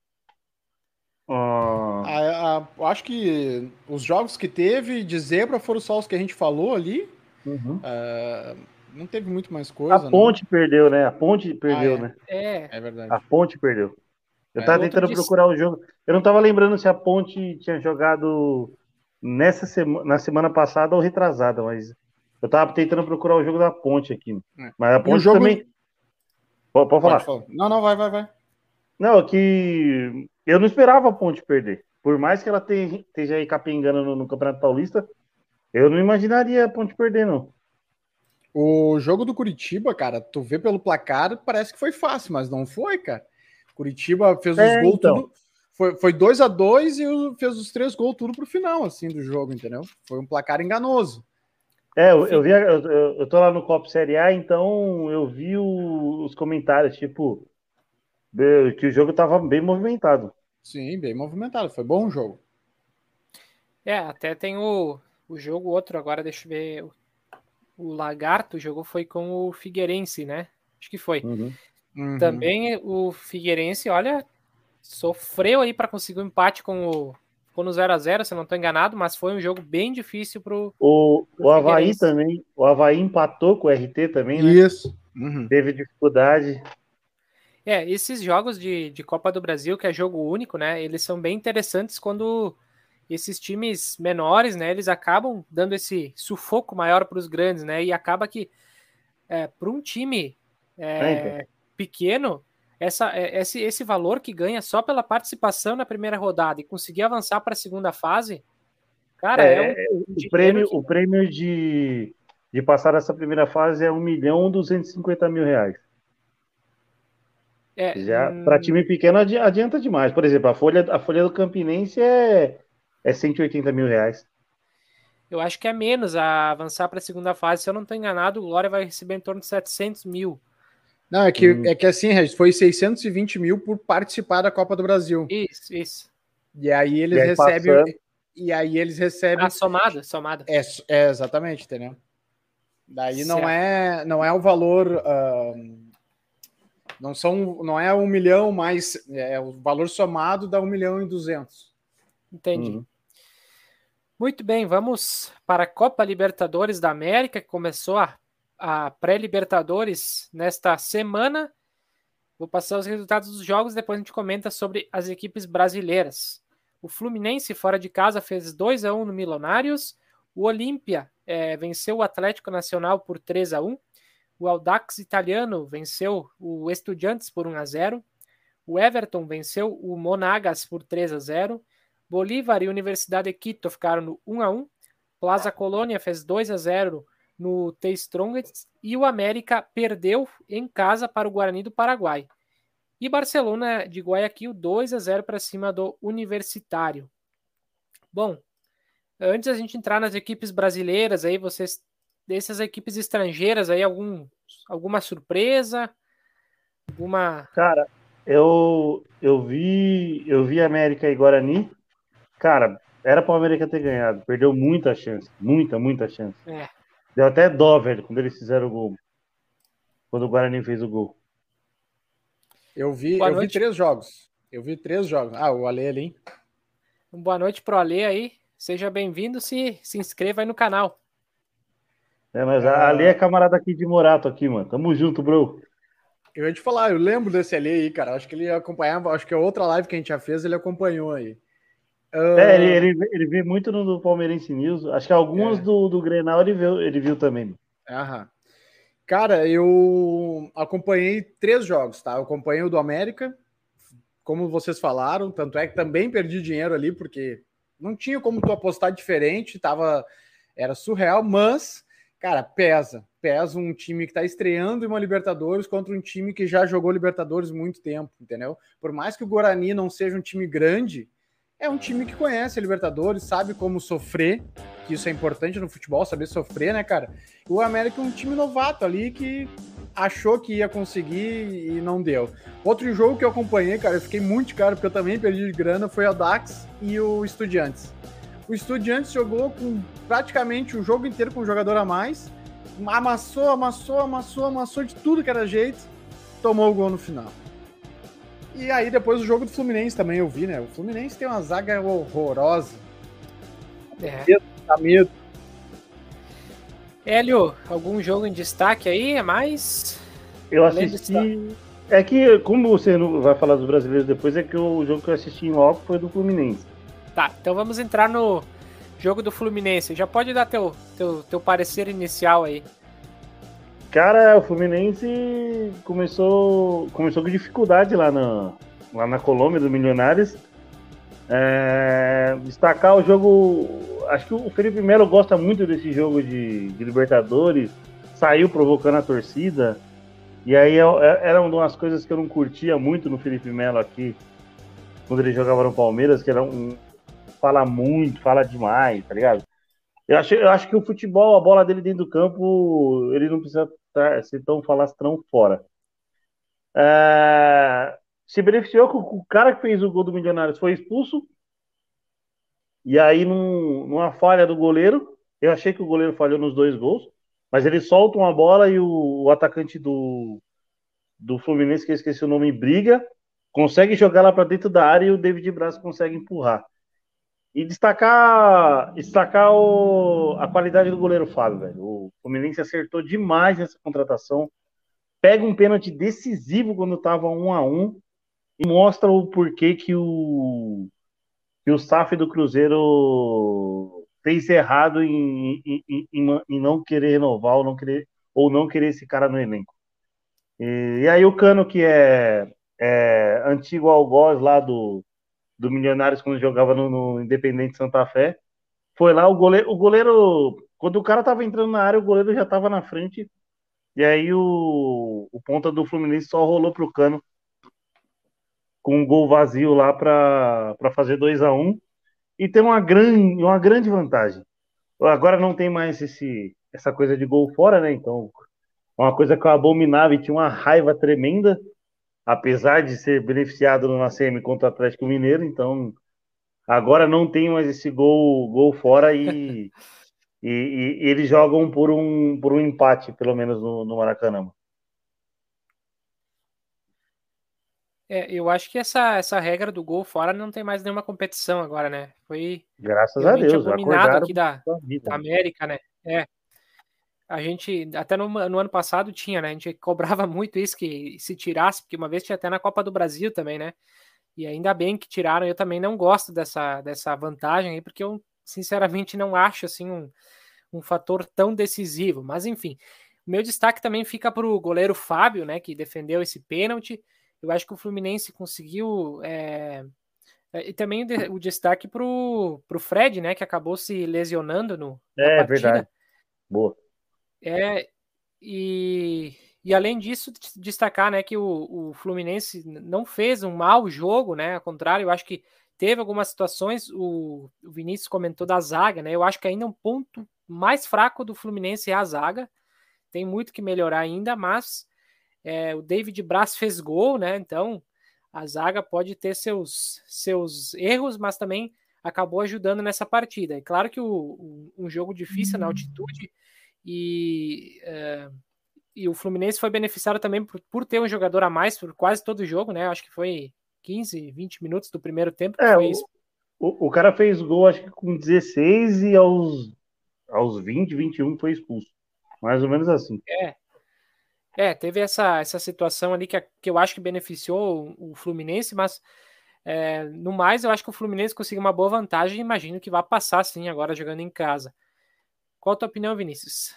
ah, A, a, eu acho que os jogos que teve de zebra foram só os que a gente falou ali. uhum. Não teve muito mais A coisa, não. Ponte perdeu, né? A Ponte Ah, perdeu, é. né? É, É A verdade. Ponte perdeu. Eu É. tava e outro tentando dis- procurar o jogo. Eu não tava lembrando se a Ponte tinha jogado nessa semana, na semana passada ou retrasada, mas eu tava tentando procurar o jogo da Ponte aqui. É. Mas a E o Ponte jogo. também. Pode, pode Pode falar. falar. Não, não, vai, vai, vai. Não, é que eu não esperava a Ponte perder. Por mais que ela te- esteja aí capengando no, no Campeonato Paulista, eu não imaginaria a Ponte perder, não. O jogo do Curitiba, cara, tu vê pelo placar, parece que foi fácil, mas não foi, cara. Curitiba fez os É, gols então. tudo. Foi, foi dois a dois e o- fez os três gols tudo pro final, assim, do jogo, entendeu? Foi um placar enganoso. É, eu, eu fi- vi, a- eu, eu eu tô lá no Copa Série A, então eu vi o- os comentários, tipo, de- que o jogo tava bem movimentado. Sim, bem movimentado. Foi bom o jogo. é, até tem o, o jogo outro agora, deixa eu ver. O, o Lagarto jogou foi com o Figueirense, né? Acho que foi. Uhum. Uhum. Também o Figueirense, olha, sofreu aí para conseguir um empate com o. Ficou no zero a zero, se eu não estou enganado, mas foi um jogo bem difícil pro, O, pro o Avaí Figueirense. também, o Avaí empatou com o R T também, né? Isso. Uhum. Teve dificuldade. É, esses jogos de, de Copa do Brasil, que é jogo único, né? Eles são bem interessantes quando esses times menores, né? Eles acabam dando esse sufoco maior para os grandes, né? E acaba que é, para um time É, então. é, pequeno, essa, é, esse, esse valor que ganha só pela participação na primeira rodada e conseguir avançar para a segunda fase, cara, é um, É, é, um o dinheiro prêmio, que o prêmio de, de passar essa primeira fase é um milhão duzentos e cinquenta mil reais. é, Já para hum, time pequeno adi- adianta demais. Por exemplo, a folha, a folha do Campinense é, é cento e oitenta mil reais. eu acho que é menos a avançar para a segunda fase. Se eu não estou enganado, o Glória vai receber em torno de setecentos mil. Não, é que, Hum. é que assim, Regis, foi seiscentos e vinte mil por participar da Copa do Brasil. Isso, isso. E aí eles E aí recebem. passando. E aí eles recebem. Ah, somado, somado. É, é exatamente, entendeu? Daí não Certo. é, não é o valor. ah, não são, não é um milhão mais. É o valor somado dá um milhão e duzentos. Entendi. Uhum. Muito bem, vamos para a Copa Libertadores da América, que começou a, a pré-Libertadores nesta semana. Vou passar os resultados dos jogos, depois a gente comenta sobre as equipes brasileiras. O Fluminense, fora de casa, fez dois a um no Milionários. O Olímpia é, venceu o Atlético Nacional por três a um. O Audax Italiano venceu o Estudiantes por um a zero. O Everton venceu o Monagas por três a zero. Bolívar e Universidade de Quito ficaram no um a um. Plaza Colônia fez dois a zero no The Strongest. E o América perdeu em casa para o Guarani do Paraguai. E Barcelona de Guayaquil dois a zero para cima do Universitário. Bom, antes da gente entrar nas equipes brasileiras, aí vocês, dessas equipes estrangeiras, aí algum, alguma surpresa? Alguma. Cara, eu, eu vi eu vi América e Guarani. Cara, era para o América ter ganhado. Perdeu muita chance. Muita, muita chance. É, Deu até dó, velho, quando eles fizeram o gol. Quando o Guarani fez o gol. Eu vi, Boa eu vi noite. três jogos. Eu vi três jogos. Ah, o Ale ali. Boa noite pro Ale aí. Seja bem-vindo, se, se inscreva aí no canal. É, mas ali é camarada aqui de Morato aqui, mano. Tamo junto, bro. Eu ia te falar, eu lembro desse ali aí, cara. Acho que ele acompanhava, acho que a outra live que a gente já fez, ele acompanhou aí. É, ele, ele, ele vê muito no do Palmeirense News. Acho que alguns É. do, do Grenal ele viu, ele viu também. Aham. Cara, eu acompanhei três jogos, tá? Eu acompanhei o do América, como vocês falaram, tanto é que também perdi dinheiro ali, porque não tinha como tu apostar diferente, tava, era surreal, mas, cara, pesa. Pesa um time que tá estreando em uma Libertadores contra um time que já jogou Libertadores muito tempo, entendeu? Por mais que o Guarani não seja um time grande, é um time que conhece a Libertadores, sabe como sofrer, que isso é importante no futebol, saber sofrer, né, cara? O América é um time novato ali que achou que ia conseguir e não deu. Outro jogo que eu acompanhei, cara, eu fiquei muito caro, porque eu também perdi grana, foi o Dax e o Estudiantes. O Estudiantes jogou com praticamente o jogo inteiro com um jogador a mais, amassou, amassou, amassou, amassou de tudo que era jeito, tomou o gol no final. E aí depois o jogo do Fluminense também eu vi, né? O Fluminense tem uma zaga horrorosa. É. Dá medo. Hélio, algum jogo em destaque aí? É mais? Eu Além assisti. É que, como você não vai falar dos brasileiros depois, é que o jogo que eu assisti em loco foi do Fluminense. Tá, então vamos entrar no jogo do Fluminense. Já pode dar teu, teu, teu parecer inicial aí. Cara, o Fluminense começou, começou com dificuldade lá na, lá na Colômbia, do Milionários. É, destacar o jogo. Acho que o Felipe Melo gosta muito desse jogo de, de Libertadores. Saiu provocando a torcida. E aí era uma das coisas que eu não curtia muito no Felipe Melo aqui, quando ele jogava no Palmeiras, que era um. Fala muito, fala demais, tá ligado? Eu acho, eu acho que o futebol, a bola dele dentro do campo, ele não precisa tá, ser tão falastrão fora. É, se beneficiou que o cara que fez o gol do Milionários foi expulso. E aí, num, numa falha do goleiro, eu achei que o goleiro falhou nos dois gols, mas ele solta uma bola e o, o atacante do, do Fluminense, que eu esqueci o nome, briga, consegue jogar lá para dentro da área e o David Braz consegue empurrar. E destacar, destacar o, a qualidade do goleiro Fábio, velho. O Fluminense acertou demais nessa contratação. Pega um pênalti decisivo quando estava um a um e mostra o porquê que o, que o S A F do Cruzeiro fez errado em, em, em, em não querer renovar ou não querer, ou não querer esse cara no elenco. E, e aí o Cano, que é, é antigo algoz lá do do Milionários quando jogava no, no Independente Santa Fé. Foi lá, o goleiro, o goleiro, quando o cara tava entrando na área, o goleiro já tava na frente. E aí o, o ponta do Fluminense só rolou pro Cano com um gol vazio lá para fazer dois a um e tem uma grande, uma grande vantagem. Agora não tem mais esse, essa coisa de gol fora, né? Então uma coisa que eu abominava e tinha uma raiva tremenda, apesar de ser beneficiado na semi contra o Atlético Mineiro, então agora não tem mais esse gol, gol fora e, e, e eles jogam por um, por um empate, pelo menos no, no Maracanã. É, eu acho que essa, essa regra do gol fora não tem mais nenhuma competição agora, né? Foi Graças a realmente Deus, abominado acordaram aqui da, pra vida. da América, né? É. A gente, até no, no ano passado tinha, né? A gente cobrava muito isso, que se tirasse, porque uma vez tinha até na Copa do Brasil também, né? E ainda bem que tiraram. Eu também não gosto dessa, dessa vantagem aí, porque eu, sinceramente, não acho, assim, um, um fator tão decisivo. Mas, enfim, o meu destaque também fica para o goleiro Fábio, né? Que defendeu esse pênalti. Eu acho que o Fluminense conseguiu... É, e também o, o destaque para o Fred, né? Que acabou se lesionando no, na É verdade. partida. Boa. É, e, e além disso, destacar, né, que o, o Fluminense não fez um mau jogo, né? Ao contrário, eu acho que teve algumas situações, o, o Vinícius comentou da zaga, né? Eu acho que ainda um ponto mais fraco do Fluminense é a zaga. Tem muito que melhorar ainda, mas é, o David Braz fez gol, né? Então a zaga pode ter seus, seus erros, mas também acabou ajudando nessa partida. É claro que o, o, um jogo difícil na altitude e, é, e o Fluminense foi beneficiado também por, por ter um jogador a mais por quase todo o jogo, né? Acho que foi quinze, vinte minutos do primeiro tempo que É, foi. o, o, o cara fez gol, acho que com dezesseis e aos, aos vinte, vinte e um foi expulso. Mais ou menos assim. É, é teve essa, essa situação ali que, que eu acho que beneficiou o, o Fluminense, mas é, no mais eu acho que o Fluminense conseguiu uma boa vantagem e imagino que vai passar sim agora jogando em casa. Qual a tua opinião, Vinícius?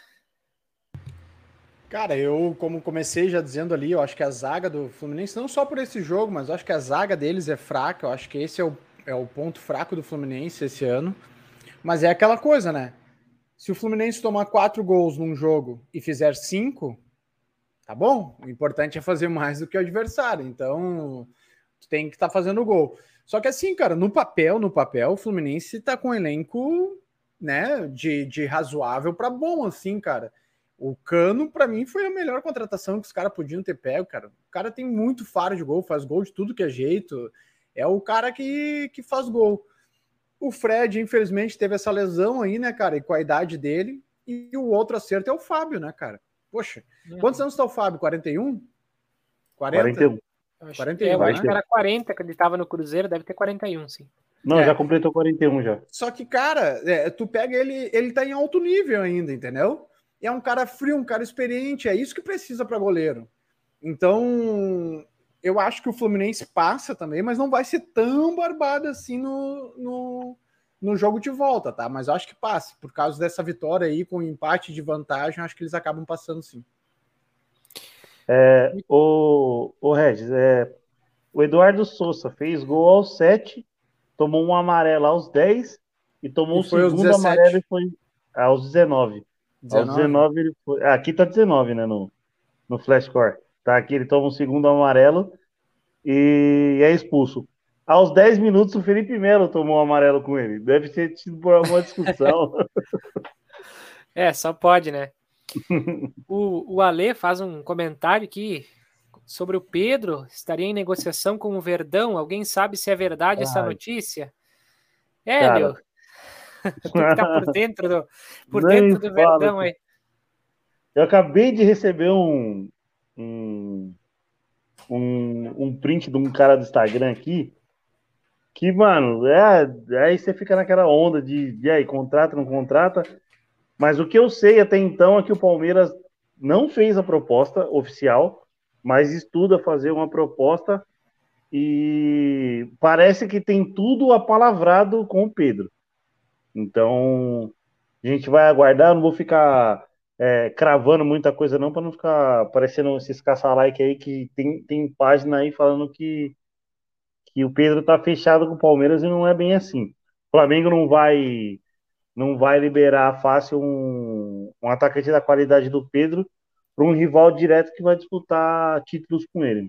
Cara, eu, como comecei já dizendo ali, eu acho que a zaga do Fluminense, não só por esse jogo, mas eu acho que a zaga deles é fraca. Eu acho que esse é o, é o ponto fraco do Fluminense esse ano. Mas é aquela coisa, né? Se o Fluminense tomar quatro gols num jogo e fizer cinco, tá bom. O importante é fazer mais do que o adversário. Então, tu tem que estar tá fazendo gol. Só que assim, cara, no papel, no papel, o Fluminense tá com um elenco, né, de, de razoável para bom, assim, cara. O Cano, para mim, foi a melhor contratação que os caras podiam ter pego, cara. O cara tem muito faro de gol, faz gol de tudo que é jeito. É o cara que, que faz gol. O Fred, infelizmente, teve essa lesão aí, né, cara? E com a idade dele. E o outro acerto é o Fábio, né, cara? Poxa, uhum. Quantos anos tá o Fábio? quarenta e um? quarenta? quarenta e um. Acho, quarenta e um, é, eu né? acho que era quarenta, que ele tava no Cruzeiro, deve ter quarenta e um, sim. Não, é. já completou quarenta e um já. Só que, cara, é, tu pega ele, ele tá em alto nível ainda, entendeu? É um cara frio, um cara experiente, é isso que precisa para goleiro. Então, eu acho que o Fluminense passa também, mas não vai ser tão barbado assim no, no, no jogo de volta, tá? Mas eu acho que passa. Por causa dessa vitória aí, com empate de vantagem, acho que eles acabam passando sim. É, o, o Regis, é, o Eduardo Souza fez gol aos sete, tomou um amarelo aos dez e tomou o segundo amarelo e foi aos dezenove. dezenove. Aos dezenove ele foi. Aqui tá dezenove, né? No, no flashcore. Tá aqui, ele toma um segundo amarelo e é expulso. Aos dez minutos, o Felipe Melo tomou um amarelo com ele. Deve ter tido por alguma discussão. É, só pode, né? o, o Ale faz um comentário aqui sobre o Pedro. Estaria em negociação com o Verdão. Alguém sabe se é verdade Ai. essa notícia? Hélio, tu que tá por dentro do, por dentro do Verdão aí. Eu acabei de receber um, um, um, um print de um cara do Instagram aqui que, mano, é, aí você fica naquela onda de, de aí, contrata, não contrata. Mas o que eu sei até então é que o Palmeiras não fez a proposta oficial, mas estuda fazer uma proposta e parece que tem tudo apalavrado com o Pedro. Então, a gente vai aguardar, não vou ficar é, cravando muita coisa não, para não ficar parecendo esses caça-like aí que tem, tem página aí falando que, que o Pedro tá fechado com o Palmeiras e não é bem assim. O Flamengo não vai não vai liberar fácil um, um atacante da qualidade do Pedro para um rival direto que vai disputar títulos com ele.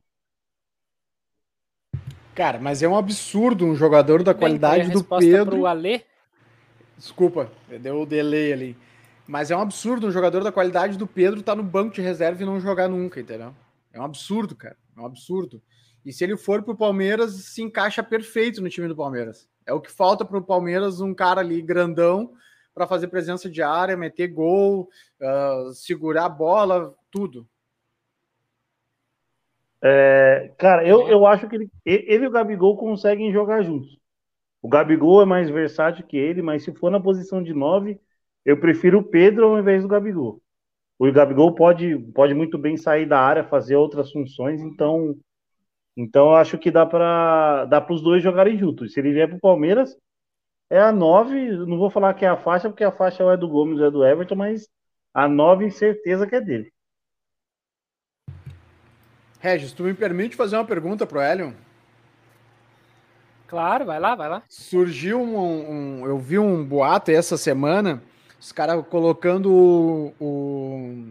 Cara, mas é um absurdo um jogador da Bem, qualidade do resposta Pedro. Pro Alê. Desculpa, deu o delay ali. Mas é um absurdo um jogador da qualidade do Pedro estar tá no banco de reserva e não jogar nunca, entendeu? É um absurdo, cara. É um absurdo. E se ele for pro Palmeiras, se encaixa perfeito no time do Palmeiras. É o que falta pro Palmeiras, um cara ali grandão para fazer presença de área, meter gol, uh, segurar a bola, tudo. É, cara, eu, eu acho que ele, ele e o Gabigol conseguem jogar juntos. O Gabigol é mais versátil que ele, mas se for na posição de nove, eu prefiro o Pedro ao invés do Gabigol. O Gabigol pode, pode muito bem sair da área, fazer outras funções, então, então eu acho que dá para dá os dois jogarem juntos. Se ele vier para o Palmeiras, é a nove, não vou falar que é a faixa, porque a faixa é do Gomes, é do Everton, mas a nove, certeza que é dele. Regis, tu me permite fazer uma pergunta pro Hélio? Claro, vai lá, vai lá. Surgiu um, um eu vi um boato essa semana, os caras colocando o, o,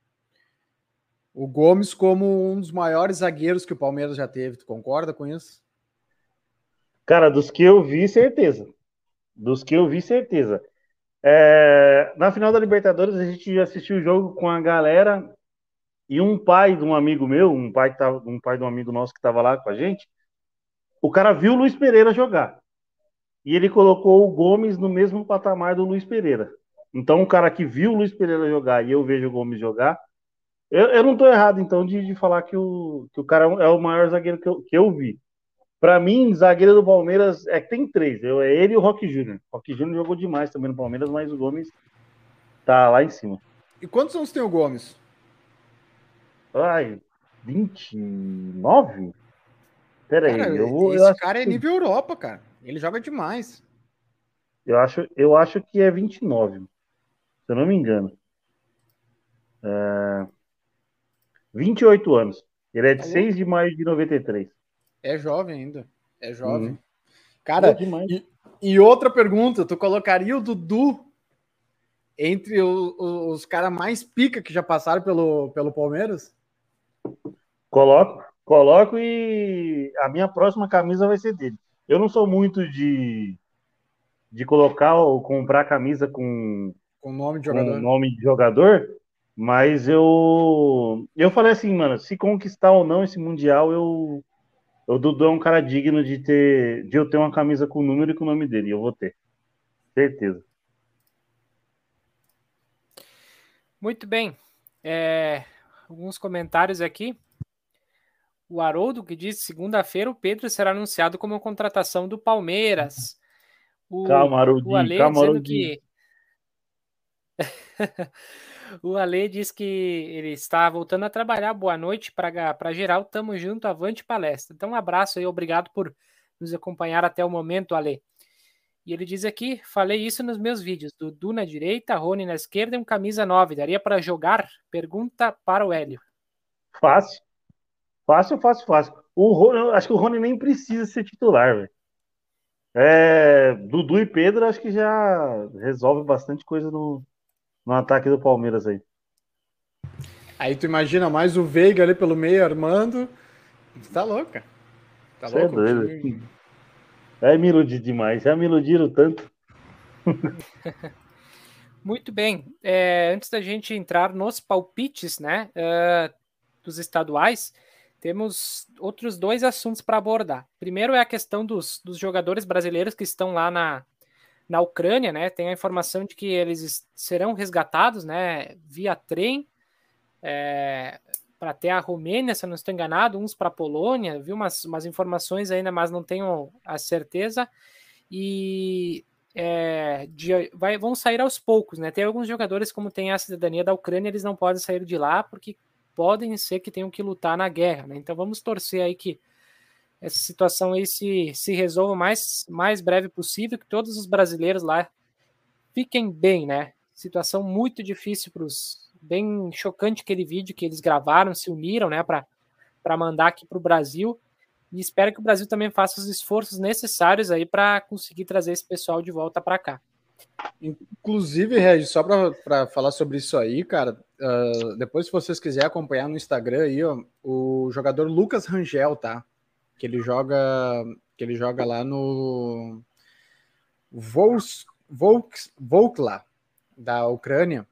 o Gomes como um dos maiores zagueiros que o Palmeiras já teve. Tu concorda com isso? Cara, dos que eu vi, certeza. Dos que eu vi, certeza. É, na final da Libertadores, a gente assistiu o jogo com a galera e um pai de um amigo meu, um pai, que tava, um pai de um amigo nosso que estava lá com a gente, o cara viu o Luiz Pereira jogar. E ele colocou o Gomes no mesmo patamar do Luiz Pereira. Então, um cara que viu o Luiz Pereira jogar e eu vejo o Gomes jogar, eu, eu não estou errado, então, de, de falar que o, que o cara é o maior zagueiro que eu, que eu vi. Para mim, zagueiro do Palmeiras é que tem três. Eu, é ele e o Roque Júnior. O Roque Júnior jogou demais também no Palmeiras, mas o Gomes tá lá em cima. E quantos anos tem o Gomes? Ai, vinte e nove? Pera Cara, aí, eu vou. Eu esse acho, cara é nível Europa, cara. Ele joga demais. eu acho, eu acho que é vinte e nove, se eu não me engano. vinte e oito anos. Ele é de Tá seis louco? de maio de noventa e três. É jovem ainda. É jovem. Uhum. Pô, Cara, demais. e, e outra pergunta, tu colocaria o Dudu entre o- o- os caras mais pica que já passaram pelo, pelo Palmeiras? Coloco, coloco e a minha próxima camisa vai ser dele. Eu não sou muito de, de colocar ou comprar camisa com Com nome de com jogador. nome de jogador, mas eu eu falei assim, mano, se conquistar ou não esse mundial, eu o Dudu é um cara digno de ter de eu ter uma camisa com o número e com o nome dele, eu vou ter, certeza. Muito bem. É, alguns comentários aqui. O Haroldo que diz: segunda-feira o Pedro será anunciado como contratação do Palmeiras. O, Calma, o Arudi, Ale calma, dizendo Arudi. que. O Ale diz que ele está voltando a trabalhar. Boa noite para geral. Tamo junto, avante palestra. Então, um abraço aí, obrigado por nos acompanhar até o momento, Ale. E ele diz aqui: falei isso nos meus vídeos. Dudu na direita, Rony na esquerda e um camisa nove. Daria para jogar? Pergunta para o Hélio. Fácil, fácil, fácil, fácil. O Rony, eu acho que o Rony nem precisa ser titular, velho. É, Dudu e Pedro acho que já resolve bastante coisa no, no ataque do Palmeiras aí. Aí tu imagina mais o Veiga ali pelo meio armando. Tá louco, cara. Tá Você é louco o doido. time. É me iludir demais. Já me iludiram tanto. Muito bem. É, antes da gente entrar nos palpites, né, uh, dos estaduais, temos outros dois assuntos para abordar. Primeiro é a questão dos, dos jogadores brasileiros que estão lá na, na Ucrânia, né? Tem a informação de que eles serão resgatados, né, via trem, é, para até a Romênia, se eu não estou enganado, uns para a Polônia. Vi umas, umas informações ainda, mas não tenho a certeza. E é, de, vai, vão sair aos poucos, né? Tem alguns jogadores, como tem a cidadania da Ucrânia, eles não podem sair de lá porque podem ser que tenham que lutar na guerra, né? Então vamos torcer aí que essa situação aí se, se resolva o mais, mais breve possível, que todos os brasileiros lá fiquem bem, né? Situação muito difícil para os. Bem chocante aquele vídeo que eles gravaram, se uniram, né, para mandar aqui para o Brasil. E espero que o Brasil também faça os esforços necessários aí para conseguir trazer esse pessoal de volta para cá. Inclusive, Regis, só para falar sobre isso aí, cara, uh, depois se vocês quiserem acompanhar no Instagram aí, ó, o jogador Lucas Rangel, tá? Que ele joga, que ele joga lá no Volks, Volks, Volkla. da Ucrânia,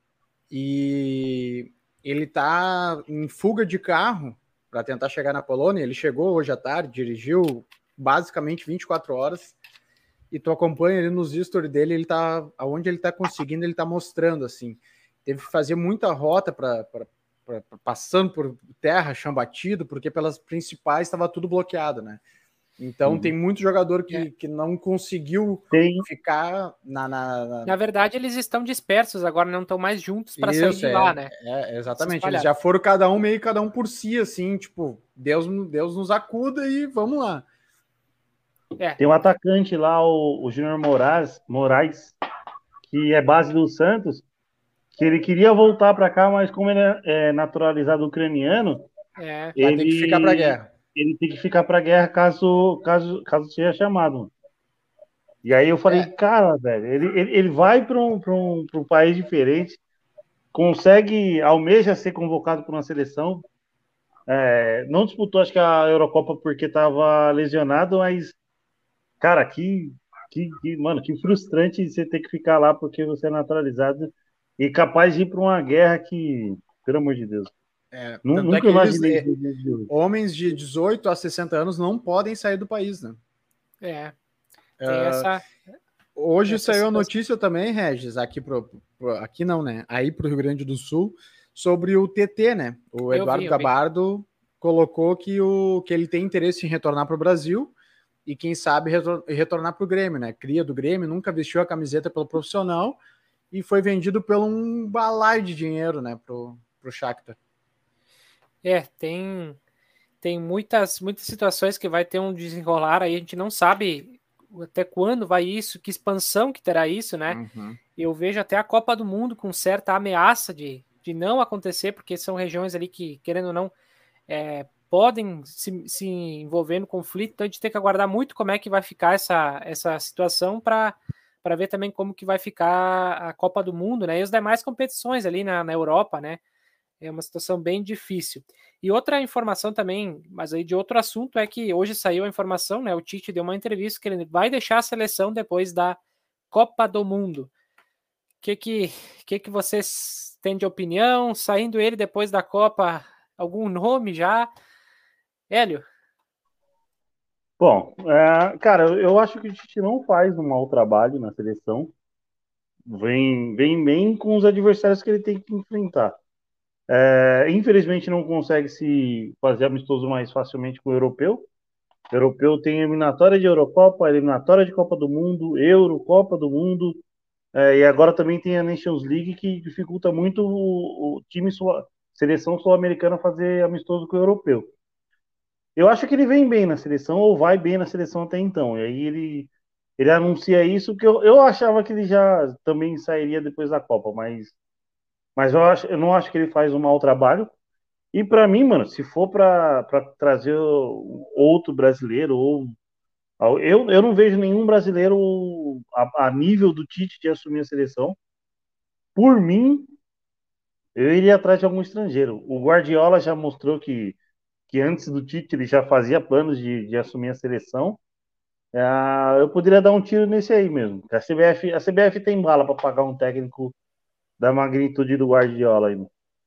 e ele tá em fuga de carro para tentar chegar na Polônia. Ele chegou hoje à tarde, dirigiu basicamente vinte e quatro horas, e tu acompanha ele nos stories dele, ele tá, aonde ele tá conseguindo, ele tá mostrando, assim, teve que fazer muita rota para passando por terra, chão batido, porque pelas principais estava tudo bloqueado, né? Então, uhum. tem muito jogador que, é. que não conseguiu tem. ficar na, na, na... Na verdade, eles estão dispersos agora, não estão mais juntos para sair de é, lá, né? É, exatamente. Eles já foram cada um meio cada um por si, assim, tipo, Deus, Deus nos acuda e vamos lá. É. Tem um atacante lá, o, o Júnior Moraes, Moraes, que é base do Santos, que ele queria voltar para cá, mas como ele é naturalizado ucraniano, é, ele tem que ficar para a guerra. Ele tem que ficar para a guerra caso, caso, caso seja chamado. E aí eu falei, é. cara, velho, ele, ele, ele vai para um, um, um país diferente, consegue, almeja ser convocado por uma seleção, é, não disputou, acho que a Eurocopa porque estava lesionado, mas, cara, que, que, que, mano, que frustrante você ter que ficar lá porque você é naturalizado e capaz de ir para uma guerra que, pelo amor de Deus. É, nunca é imaginei. Eles, é, homens de dezoito a sessenta anos não podem sair do país, né? É. Tem uh, essa. Hoje essa saiu situação. A notícia também, Regis, aqui pro, pro aqui não, né? Aí pro Rio Grande do Sul, sobre o T T, né? O eu Eduardo vi, Gabardo vi. colocou que, o, que ele tem interesse em retornar para o Brasil e quem sabe retor, retornar para o Grêmio, né? Cria do Grêmio, nunca vestiu a camiseta pelo profissional e foi vendido por um balaio de dinheiro, né? Pro, pro Shakhtar. É, tem, tem muitas, muitas situações que vai ter um desenrolar aí, a gente não sabe até quando vai isso, que expansão que terá isso, né? Uhum. Eu vejo até a Copa do Mundo com certa ameaça de, de não acontecer, porque são regiões ali que, querendo ou não, é, podem se, se envolver no conflito, então a gente tem que aguardar muito como é que vai ficar essa, essa situação para para ver também como que vai ficar a Copa do Mundo, né? E as demais competições ali na, na Europa, né? É uma situação bem difícil. E outra informação também, mas aí de outro assunto, é que hoje saiu a informação, né? O Tite deu uma entrevista que ele vai deixar a seleção depois da Copa do Mundo. O que que, que que vocês têm de opinião? Saindo ele depois da Copa, algum nome já? Hélio? Bom, é, cara, eu acho que o Tite não faz um mau trabalho na seleção. Vem, vem bem com os adversários que ele tem que enfrentar. É, infelizmente não consegue se fazer amistoso mais facilmente com o europeu. O europeu tem eliminatória de Eurocopa, eliminatória de Copa do Mundo, Euro, Copa do Mundo, é, e agora também tem a Nations League, que dificulta muito o, o time, sul, seleção sul-americana fazer amistoso com o europeu. Eu acho que ele vem bem na seleção, ou vai bem na seleção até então, e aí ele, ele anuncia isso, que eu, eu achava que ele já também sairia depois da Copa, mas Mas eu, acho, eu não acho que ele faz um mau trabalho. E para mim, mano, se for para trazer outro brasileiro, ou eu, eu não vejo nenhum brasileiro a, a nível do Tite de assumir a seleção. Por mim, eu iria atrás de algum estrangeiro. O Guardiola já mostrou que, que antes do Tite ele já fazia planos de, de assumir a seleção. É, eu poderia dar um tiro nesse aí mesmo. A C B F, a C B F tem bala para pagar um técnico da magnitude do Guardiola ainda.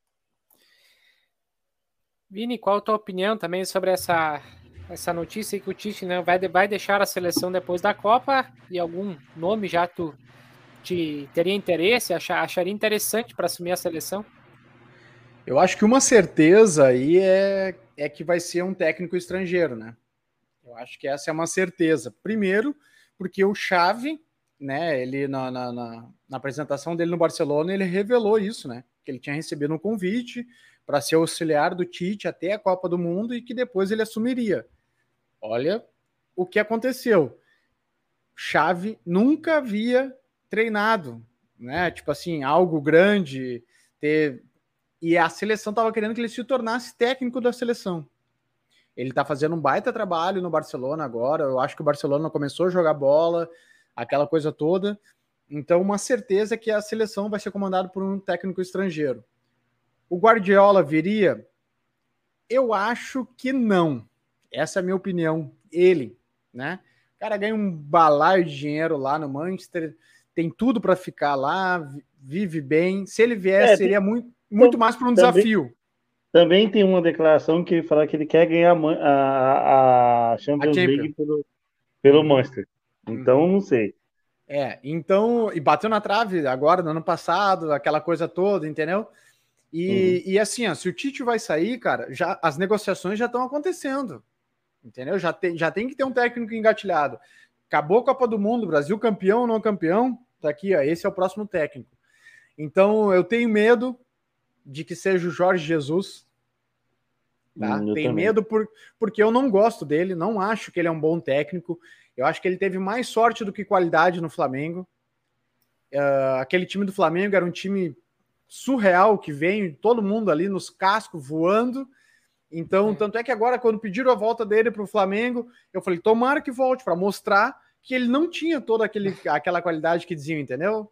Vini, qual a tua opinião também sobre essa, essa notícia que o Tite, né, vai, vai deixar a seleção depois da Copa? E algum nome já tu te teria interesse, achar, acharia interessante para assumir a seleção? Eu acho que uma certeza aí é, é que vai ser um técnico estrangeiro, né? Eu acho que essa é uma certeza. Primeiro, porque o Xavi, né, ele na, na, na, na apresentação dele no Barcelona, ele revelou isso, né? Que ele tinha recebido um convite para ser auxiliar do Tite até a Copa do Mundo e que depois ele assumiria. Olha o que aconteceu. Xavi nunca havia treinado, né? Tipo assim, algo grande, ter... e a seleção estava querendo que ele se tornasse técnico da seleção. Ele está fazendo um baita trabalho no Barcelona agora. Eu acho que o Barcelona começou a jogar bola, aquela coisa toda. Então, uma certeza é que a seleção vai ser comandada por um técnico estrangeiro. O Guardiola viria? Eu acho que não. Essa é a minha opinião. Ele, né? O cara ganha um balaio de dinheiro lá no Manchester, tem tudo para ficar lá, vive bem. Se ele vier, É, seria tem, muito, muito mais para um também, desafio. também tem uma declaração que ele fala que ele quer ganhar a, a A Champions Champions. League pelo, pelo Uhum. Manchester. Então, Uhum. não sei. É, então, e bateu na trave agora, no ano passado, aquela coisa toda, entendeu? E, Uhum. e assim, ó, se o Tite vai sair, cara, já, as negociações já estão acontecendo, entendeu? Já tem, já tem que ter um técnico engatilhado. Acabou a Copa do Mundo, Brasil campeão ou não campeão, tá aqui, ó, esse é o próximo técnico. Então, eu tenho medo de que seja o Jorge Jesus, tá? Hum, eu Tenho também. medo por, porque eu não gosto dele, não acho que ele é um bom técnico. Eu acho que ele teve mais sorte do que qualidade no Flamengo. Uh, aquele time do Flamengo era um time surreal que veio todo mundo ali nos cascos voando. Então, é. tanto é que agora, quando pediram a volta dele para o Flamengo, eu falei, tomara que volte para mostrar que ele não tinha toda aquele, aquela qualidade que diziam, entendeu?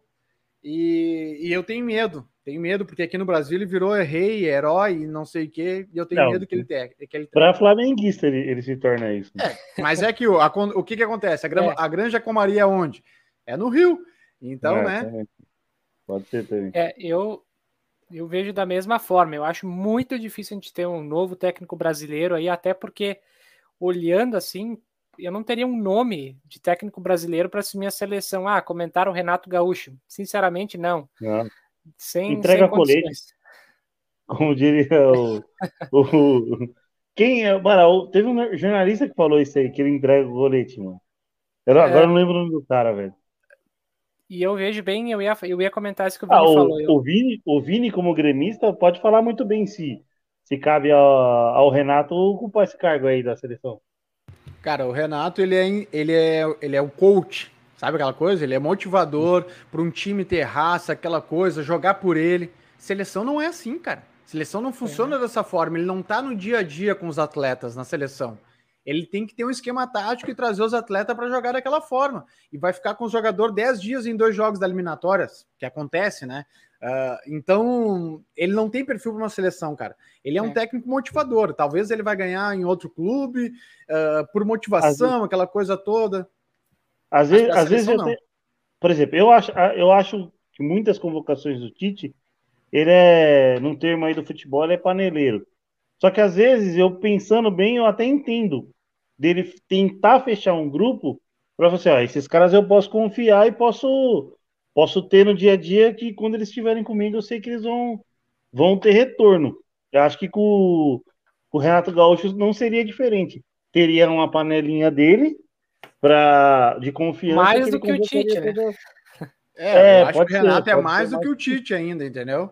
E, e eu tenho medo, tenho medo, porque aqui no Brasil ele virou rei, herói, não sei o quê, e eu tenho Não, medo que ele tenha. ele para flamenguista ele, ele se torna isso. É, mas é que o, a, o que que acontece? A, grama, é. a Granja Comaria é onde? É no Rio. Então, é, né? Também. Pode ser também. É, eu, eu vejo da mesma forma. Eu acho muito difícil a gente ter um novo técnico brasileiro aí, até porque, olhando assim, eu não teria um nome de técnico brasileiro para assumir a seleção. Ah, comentaram o Renato Gaúcho. Sinceramente, não. não. Sem, Entrega sem colete. Como diria o. o quem é. Mano, teve um jornalista que falou isso aí, que ele entrega o colete, mano. Eu, é. Agora eu não lembro o nome do cara, velho. E eu vejo bem, eu ia, eu ia comentar isso que o Vini ah, o, falou. Eu... O, Vini, o Vini, como gremista, pode falar muito bem se, se cabe ao, ao Renato ocupar esse cargo aí da seleção. Cara, o Renato, ele é, ele é, ele é o coach, sabe aquela coisa? Ele é motivador para um time ter raça, aquela coisa, jogar por ele. Seleção não é assim, cara. Seleção não funciona é. dessa forma. Ele não tá no dia a dia com os atletas na seleção. Ele tem que ter um esquema tático e trazer os atletas para jogar daquela forma. E vai ficar com o jogador dez dias em dois jogos da eliminatórias, que acontece, né? Uh, então, ele não tem perfil para uma seleção, cara. Ele é, é um técnico motivador. Talvez ele vai ganhar em outro clube, uh, por motivação, vezes, aquela coisa toda. Às vezes, às vezes eu tenho... Por exemplo, eu acho, eu acho que muitas convocações do Tite, ele é, num termo aí do futebol, ele é paneleiro. Só que às vezes, eu pensando bem, eu até entendo dele tentar fechar um grupo para você, ó, esses caras eu posso confiar e posso, posso ter no dia a dia que quando eles estiverem comigo, eu sei que eles vão, vão ter retorno. Eu acho que com, com o Renato Gaúcho não seria diferente. Teria uma panelinha dele pra, de confiança. Mais que do que o Tite, né? Toda... É, é, eu acho que o Renato ser, é mais do mais... que o Tite ainda, entendeu?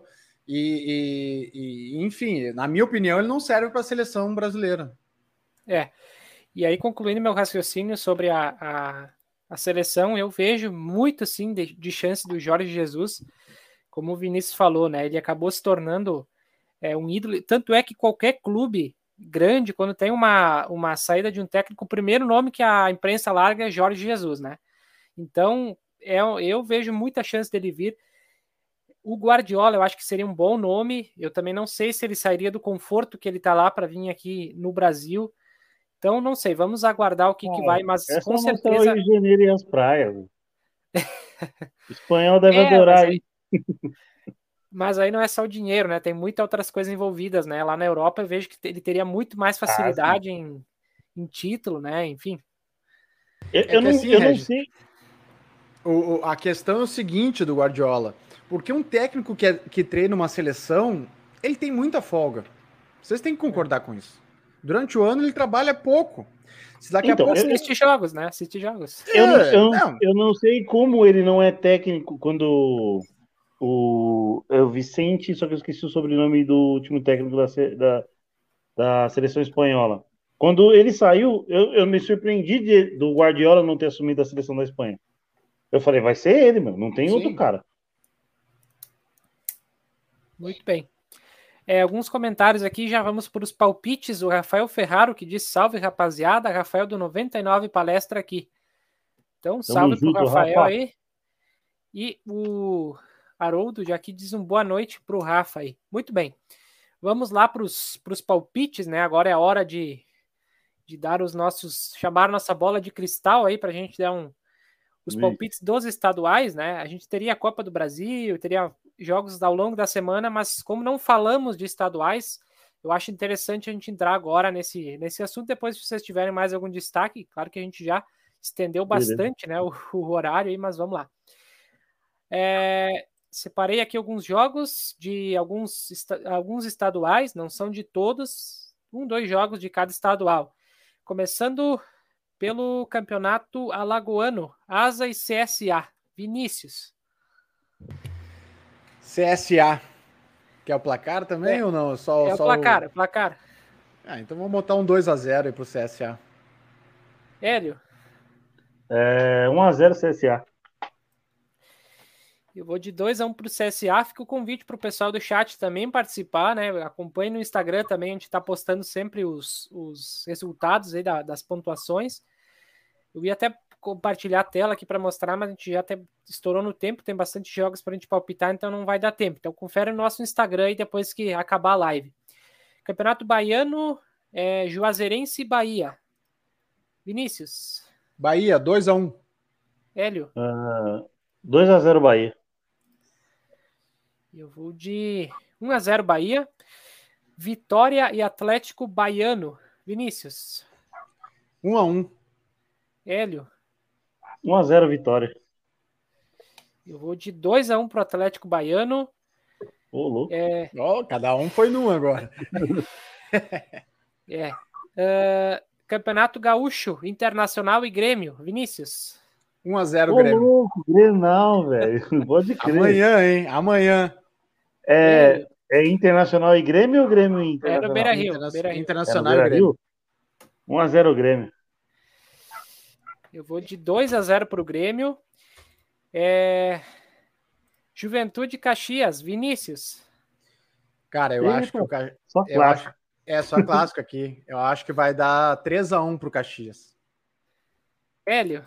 E, e, e, enfim, na minha opinião, ele não serve para a seleção brasileira. É, e aí concluindo meu raciocínio sobre a, a, a seleção, eu vejo muito, sim, de, de chance do Jorge Jesus, como o Vinícius falou, né, ele acabou se tornando é, um ídolo, tanto é que qualquer clube grande, quando tem uma, uma saída de um técnico, o primeiro nome que a imprensa larga é Jorge Jesus, né, então é, eu vejo muita chance dele vir. O Guardiola eu acho que seria um bom nome, eu também não sei se ele sairia do conforto que ele tá lá para vir aqui no Brasil. Então, não sei, vamos aguardar o que, ah, que vai, mas essa com é certeza... o Rio de Janeiro e as praias. O espanhol deve é, adorar, mas aí... mas aí não é só o dinheiro, né? Tem muitas outras coisas envolvidas, né? Lá na Europa eu vejo que ele teria muito mais facilidade ah, em, em título, né? Enfim. Eu, é eu, não, assim, eu não sei. O, o, a questão é o seguinte do Guardiola. Porque um técnico que, é, que treina uma seleção, ele tem muita folga. Vocês têm que concordar é. com isso. Durante o ano ele trabalha pouco. Se daqui então, a pouco... assiste jogos, né? Assiste jogos. Eu não, eu, não. eu não sei como ele não é técnico quando o, o Vicente, só que eu esqueci o sobrenome do último técnico da, da, da seleção espanhola. Quando ele saiu, eu, eu me surpreendi de, do Guardiola não ter assumido a seleção da Espanha. Eu falei, vai ser ele, mano. Não tem Sim. outro cara. Muito bem. É, alguns comentários aqui, já vamos para os palpites. O Rafael Ferraro, que diz salve, rapaziada. Rafael do noventa e nove palestra aqui. Então, salve para o Rafael Rafa. aí. E o Haroldo já aqui diz um boa noite para o Rafa aí. Muito bem. Vamos lá para os palpites, né? Agora é a hora de, de dar os nossos... chamar nossa bola de cristal aí para a gente dar um, os palpites dos estaduais, né? A gente teria a Copa do Brasil, teria jogos ao longo da semana, mas como não falamos de estaduais, eu acho interessante a gente entrar agora nesse, nesse assunto, depois se vocês tiverem mais algum destaque, claro que a gente já estendeu bastante, né, o, o horário aí, mas vamos lá. É, separei aqui alguns jogos de alguns, alguns estaduais, não são de todos, um, dois jogos de cada estadual. Começando pelo campeonato alagoano, Asa e C S A. Vinícius. C S A. Quer o placar também é, ou não? Só, é só o placar, o... é o placar. Ah, então vamos botar um dois a zero aí pro C S A. Hélio. É, um a zero C S A. Eu vou de dois a um para o C S A. Fica o convite para o pessoal do chat também participar, né? Acompanhe no Instagram também, a gente está postando sempre os, os resultados aí da, das pontuações. Eu ia até compartilhar a tela aqui para mostrar, mas a gente já até estourou no tempo, tem bastante jogos para a gente palpitar, então não vai dar tempo. Então confere no nosso Instagram aí depois que acabar a live. Campeonato Baiano, é, Juazeirense e Bahia. Vinícius. Bahia, dois a um. Hélio. Uh, dois a zero Bahia. Eu vou de um a zero Bahia. Vitória e Atlético Baiano. Vinícius. um a um. Hélio. um a zero Vitória. Eu vou de dois a um pro Atlético Baiano. Ô, louco. É... Oh, cada um foi num agora. é. Uh, Campeonato Gaúcho, Internacional e Grêmio. Vinícius. um a zero Ô, Grêmio. louco, Grêmio não, velho. Pode crer. Amanhã, hein? Amanhã. É, é Internacional e Grêmio ou Grêmio e Internacional? É no Beira-Rio. Interna- Beira-Rio. Internacional É e Grêmio. um a zero Grêmio. Eu vou de dois a zero pro Grêmio. É... Juventude Caxias. Vinícius. Cara, eu Eita, acho que o Ca... Só eu clássico. acho... É só clássico aqui. Eu acho que vai dar três a um pro Caxias. Hélio.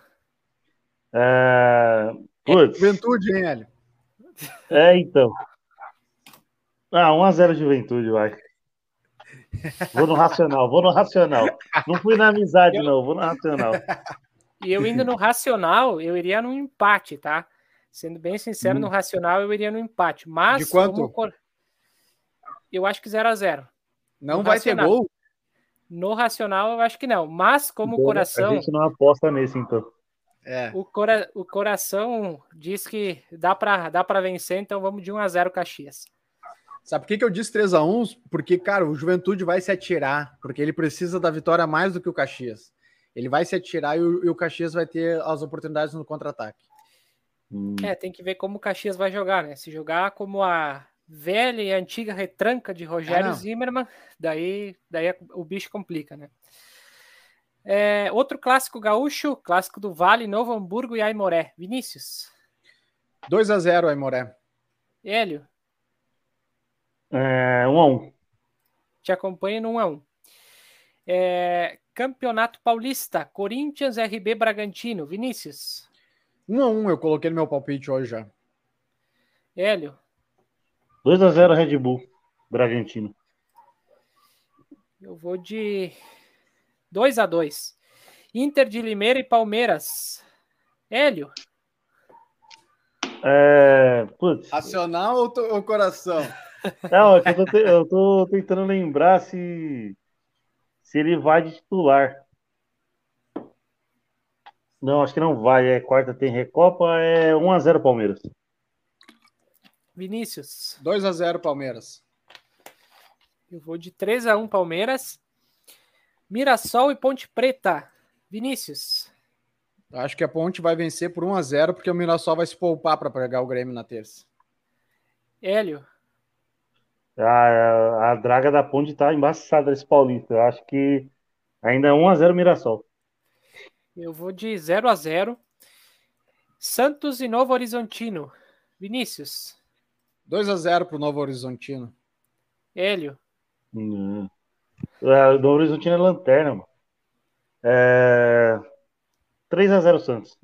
É... Putz. Juventude, hein, Hélio? É, então. Ah, um a zero Juventude, vai. Vou no racional, vou no racional. Não fui na amizade, Eu- não, vou no racional. E eu indo no racional, eu iria no empate, tá? Sendo bem sincero, Hum. no racional eu iria no empate. Mas, De quanto? como cor- eu acho que zero a zero. Não No vai racional. ter gol? No racional, eu acho que não. Mas, como o Então, coração, A gente não aposta nesse, então. É. o, cora... o coração diz que dá pra, dá pra vencer, então vamos de um a zero Caxias. Sabe por que, que eu disse três a um? Porque, cara, o Juventude vai se atirar, porque ele precisa da vitória mais do que o Caxias. Ele vai se atirar e o, e o Caxias vai ter as oportunidades no contra-ataque. Hum. É, tem que ver como o Caxias vai jogar, né? Se jogar como a velha e antiga retranca de Rogério Ah, não. Zimmermann, daí, daí o bicho complica, né? É, outro clássico gaúcho, clássico do Vale, Novo Hamburgo e Aimoré. Vinícius. dois a zero, Aimoré. Hélio, É, um a um. te acompanha no um a um. É, Campeonato Paulista, Corinthians, R B Bragantino. Vinícius. um a um, eu coloquei no meu palpite hoje já. Hélio, dois a zero Red Bull, Bragantino. eu vou de dois a dois. Inter de Limeira e Palmeiras. Hélio. É, putz, Racional ou, to- ou coração? não, é que eu, tô te- eu tô tentando lembrar se, se ele vai de titular. Não, acho que não vai. É quarta tem Recopa, é um a zero Palmeiras. Vinícius. dois a zero, Palmeiras. Eu vou de três a um Palmeiras. Mirassol e Ponte Preta. Vinícius. Eu acho que a Ponte vai vencer por um a zero, porque o Mirassol vai se poupar para pegar o Grêmio na terça. Hélio. A, a draga da Ponte tá embaçada esse Paulista. Eu acho que ainda é um a zero Mirassol. Eu vou de zero a zero. Santos e Novo Horizontino. Vinícius. dois a zero pro Novo Horizontino. Hélio. Hum. É, o Novo Horizontino é lanterna, mano. É... três a zero Santos.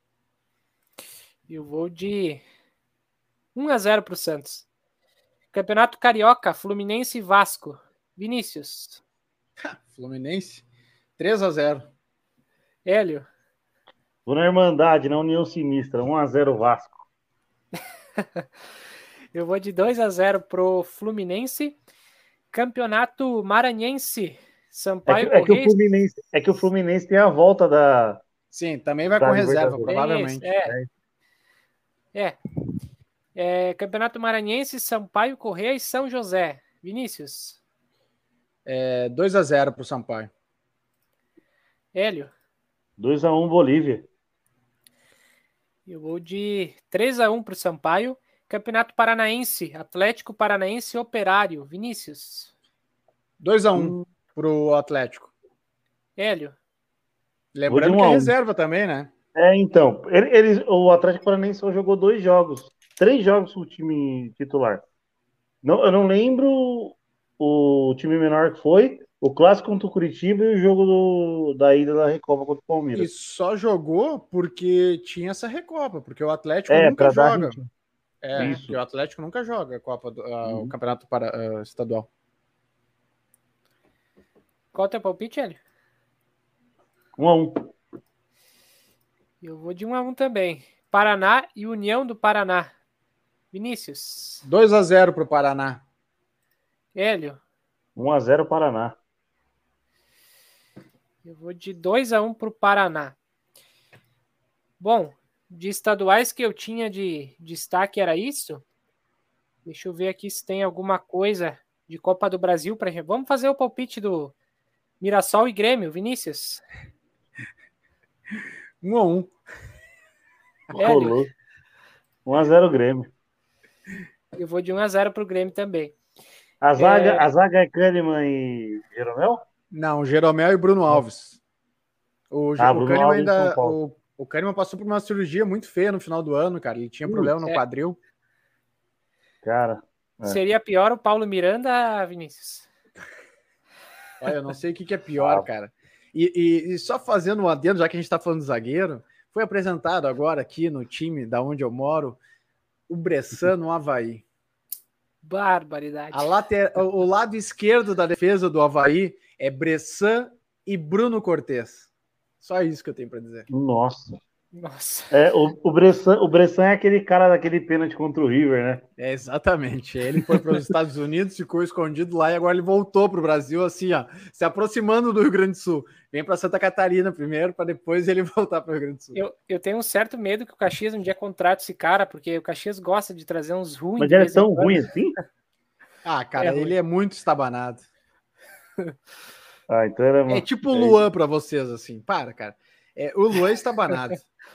Eu vou de um a zero pro Santos. Campeonato Carioca, Fluminense e Vasco. Vinícius. Fluminense, três a zero. Hélio. Vou na Irmandade, na União Sinistra, um a zero Vasco. Eu vou de dois a zero pro Fluminense. Campeonato Maranhense. Sampaio é que, é que o Correia. Fluminense, é que o Fluminense tem a volta da. Sim, também vai da com reserva, Libertadores. provavelmente. É, é. É, Campeonato Maranhense, Sampaio Correia e São José. Vinícius. É dois a zero pro Sampaio. Hélio. dois a um Bolívia. Eu vou de três a um pro Sampaio. Campeonato Paranaense, Atlético Paranaense Operário. Vinícius. dois a um hum. pro Atlético. Hélio. Lembrando que é reserva também, né? É, então. Ele, ele, o Atlético Paranaense só jogou dois jogos. Três jogos com o time titular. Não, eu não lembro o time menor que foi. O clássico contra o Curitiba e o jogo do, da ida da Recopa contra o Palmeiras. E só jogou porque tinha essa Recopa, porque o Atlético é, nunca joga. É, isso. Porque o Atlético nunca joga a Copa do, uh, uhum. o Campeonato para, uh, Estadual. Qual é o teu palpite, Hélio? um a um. Eu vou de um a um também. Paraná e União do Paraná. Vinícius. dois a zero pro Paraná. Hélio. um a zero Paraná. Eu vou de dois a um pro Paraná. Bom, de estaduais que eu tinha de destaque era isso. Deixa eu ver aqui se tem alguma coisa de Copa do Brasil pra gente. Vamos fazer o palpite do Mirassol e Grêmio, Vinícius. um a um. Rolou. um a zero Grêmio. Eu vou de um a zero pro Grêmio também. A zaga é, a zaga é Kahneman e Jeromel? Não, Jeromel e Bruno Alves. O, ah, o Bruno Kahneman Alves ainda. O, o Kahneman passou por uma cirurgia muito feia no final do ano, cara. Ele tinha problema no é. quadril. Cara. É. Seria pior o Paulo Miranda, Vinícius? Olha, eu não sei o que, que é pior, ah. cara. E, e, e só fazendo um adendo, já que a gente tá falando de zagueiro, foi apresentado agora aqui no time da onde eu moro o Bressan no Avaí. Barbaridade. A later... O lado esquerdo da defesa do Avaí é Bressan e Bruno Cortez. Só isso que eu tenho para dizer. Nossa. Nossa. É, o, o, Bressan, o Bressan é aquele cara daquele pênalti contra o River, né? É, exatamente. Ele foi para os Estados Unidos, ficou escondido lá e agora ele voltou para o Brasil, assim, ó, se aproximando do Rio Grande do Sul. Vem para Santa Catarina primeiro, para depois ele voltar para o Rio Grande do Sul. Eu, eu tenho um certo medo que o Caxias um dia contrate esse cara, porque o Caxias gosta de trazer uns ruins. Mas ele é tão ruim assim? Ah, cara, é ele é muito estabanado. Ah, então era uma... É tipo o Luan para vocês, assim. Para, cara. É, o Luan é estabanado.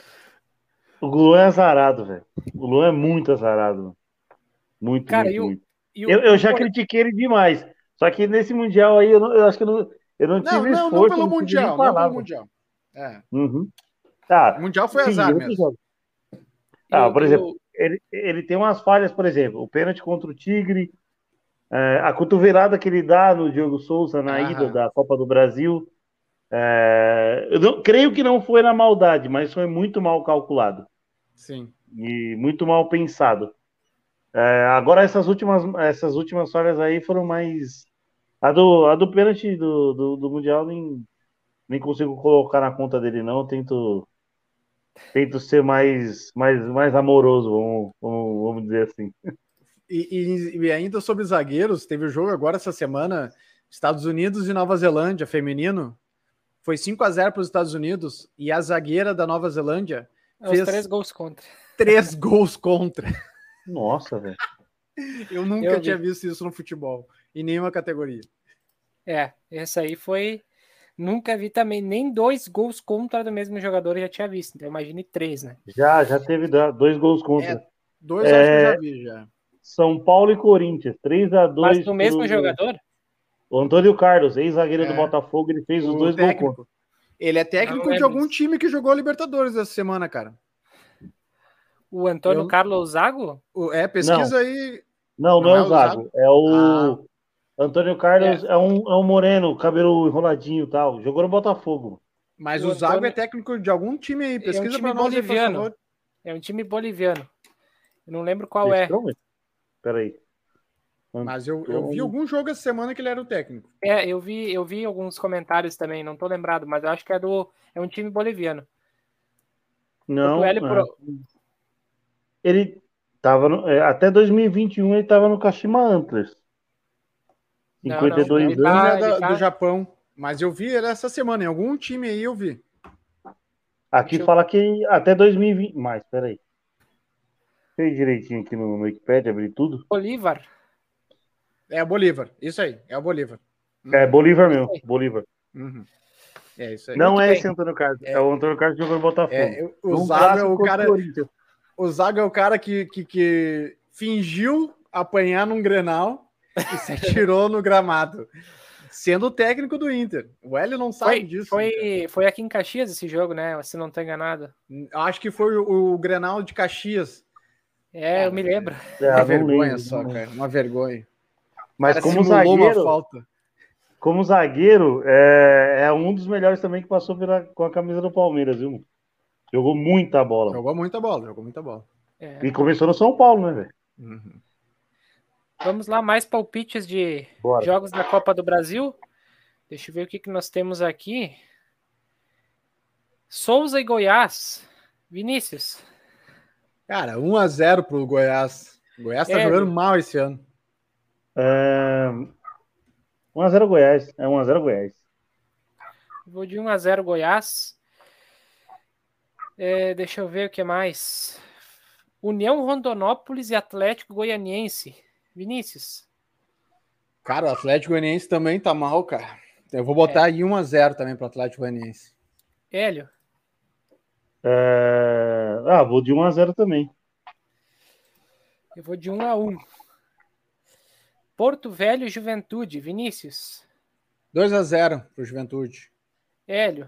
O Luan é azarado, velho. O Luan é muito azarado. Muito, cara, muito, e o, muito. E o, eu, eu o... já critiquei ele demais. Só que nesse Mundial aí, eu, não, eu acho que eu não, eu não, não tive não, esforço. Não, pelo não Mundial, não pelo Mundial. É. Uhum. Tá. O Mundial foi sim, azar mesmo. Jogo. Ah, por exemplo, ele, ele tem umas falhas, por exemplo, o pênalti contra o Tigre, é, a cotovelada que ele dá no Diogo Souza na ah. ida da Copa do Brasil. É, eu não, creio que não foi na maldade, mas foi muito mal calculado. Sim. E muito mal pensado. É, agora essas últimas, essas últimas falhas aí foram mais... A do, a do pênalti do, do, do Mundial nem, nem consigo colocar na conta dele, não. Eu tento, tento ser mais, mais, mais amoroso, vamos, vamos, vamos dizer assim. E, e, e ainda sobre zagueiros, teve o jogo agora essa semana, Estados Unidos e Nova Zelândia, feminino. Foi cinco a zero para os Estados Unidos e a zagueira da Nova Zelândia é, fez três gols contra. Três gols contra. Nossa, velho. Eu nunca eu tinha visto isso no futebol, em nenhuma categoria. É, essa aí foi... Nunca vi também, nem dois gols contra do mesmo jogador eu já tinha visto. Então imagine três, né? Já, já teve dois gols contra. É, dois é... acho que eu já vi, já. São Paulo e Corinthians, três a dois. Mas do mesmo pro... jogador? O Antônio Carlos, ex-zagueiro é. do Botafogo, ele fez o os dois gols contra. Ele é técnico não, de algum isso. time que jogou a Libertadores essa semana, cara. O Antônio eu... Carlos Zago? O... É, pesquisa não. aí. Não, não, não é o Zago. Zago. É o ah. Antônio Carlos, é. É, um, é um moreno, cabelo enroladinho e tal. Jogou no Botafogo. Mas o, o Zago Antônio... é técnico de algum time aí. Pesquisa é um time pra nós boliviano. Aí, por favor. É um time boliviano. Eu não lembro qual é. Peraí. Mas eu, eu vi algum jogo essa semana que ele era o técnico. É, eu vi, eu vi alguns comentários também, não tô lembrado, mas eu acho que é do é um time boliviano. Não, O Hélio é, Pro- ele tava no, é, até dois mil e vinte e um ele tava no Kashima Antlers. Não, não. É, cinquenta e dois o Ele Dani anos. é tá, ele da- do tá. Japão, mas eu vi ele essa semana, em algum time aí eu vi. Aqui Deixa eu... fala que até dois mil e vinte. Mais, peraí. Fez direitinho aqui no, no Wikipedia, abri tudo. Bolívar. É o Bolívar, isso aí, é o Bolívar. É Uhum, Bolívar Isso mesmo, aí. Bolívar. uhum. É isso aí. Não Muito é bem. esse Antônio Carlos, é É, o Antônio Carlos que jogou no Botafogo. é, o Num Zago é clássico o contra o cara, Corinthians. o Zago é o cara que, que, que fingiu apanhar num Grenal e se atirou no gramado, sendo o técnico do Inter. O Hélio não sabe Foi, disso. Né, foi, foi aqui em Caxias esse jogo, né? Se não tô enganado. acho que foi o, o Grenal de Caxias. É, eu me lembro. Uma É, não vergonha lembro, só, não lembro. cara. Uma vergonha. O Mas cara como simulou uma zagueiro, falta. como zagueiro, é, é um dos melhores também que passou pela, com a camisa do Palmeiras, viu? Mano? Jogou muita bola. Mano. Jogou muita bola, jogou muita bola. É. E começou no São Paulo, né, velho? Uhum. Vamos lá, mais palpites de Bora. jogos da Copa do Brasil. Deixa eu ver o que, que nós temos aqui. Souza e Goiás. Vinícius. Cara, um a zero pro Goiás. O Goiás tá Hélio. jogando mal esse ano. É... um a zero Goiás. É um a zero Goiás. Vou de um a zero Goiás. É, deixa eu ver o que mais. União Rondonópolis e Atlético Goianiense. Vinícius. Cara, o Atlético Goianiense também tá mal, cara. Eu vou botar É. aí um a zero também pro Atlético Goianiense. Hélio. É... Ah, vou de um a zero também. Eu vou de um a um. Porto Velho e Juventude. Vinícius. dois a zero pro Juventude. Hélio.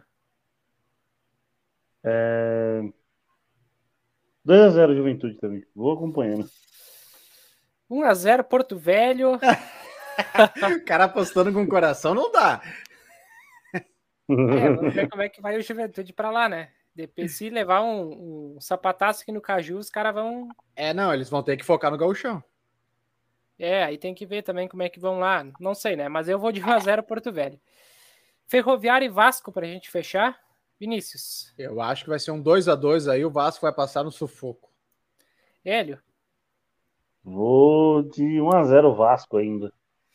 É... dois a zero Juventude também. Vou acompanhando. um a zero Porto Velho. O cara apostando com o coração não dá. É, vamos ver como é que vai o Juventude pra lá, né? Depois, se levar um, um sapataço aqui no Caju, os caras vão... É, não, eles vão ter que focar no gauchão. É, aí tem que ver também como é que vão lá. Não sei, né? Mas eu vou de um a zero Porto Velho. Ferroviário e Vasco pra gente fechar. Vinícius. Eu acho que vai ser um dois a dois aí, o Vasco vai passar no sufoco. Hélio. Vou de um a zero Vasco ainda.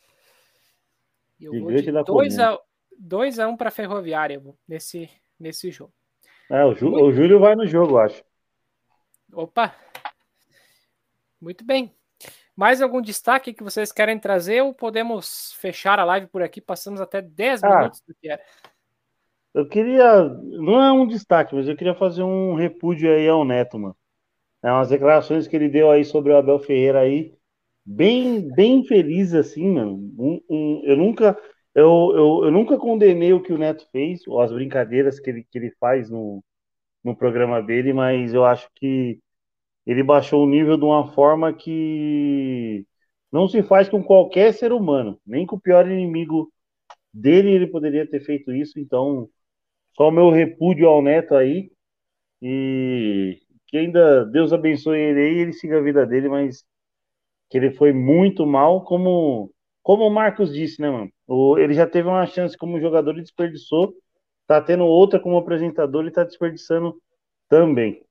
Eu Gigante vou da de dois a um para Ferroviária nesse, nesse jogo. É, o, Jú, Muito... o Júlio vai no jogo, eu acho. Opa! Muito bem. Mais algum destaque que vocês querem trazer ou podemos fechar a live por aqui? Passamos até dez Ah, minutos do que era. Eu queria. Não é um destaque, mas eu queria fazer um repúdio aí ao Neto, mano. É umas declarações que ele deu aí sobre o Abel Ferreira aí. Bem, bem feliz, assim, mano. Um, um, eu nunca. Eu, eu, eu nunca condenei o que o Neto fez, ou as brincadeiras que ele, que ele faz no, no programa dele, mas eu acho que ele baixou o nível de uma forma que não se faz com qualquer ser humano, nem com o pior inimigo dele ele poderia ter feito isso. Então, só o meu repúdio ao Neto aí e que ainda Deus abençoe ele aí, ele siga a vida dele, mas que ele foi muito mal, como como o Marcos disse, né, mano? O, ele já teve uma chance como jogador e desperdiçou, tá tendo outra como apresentador e tá desperdiçando também.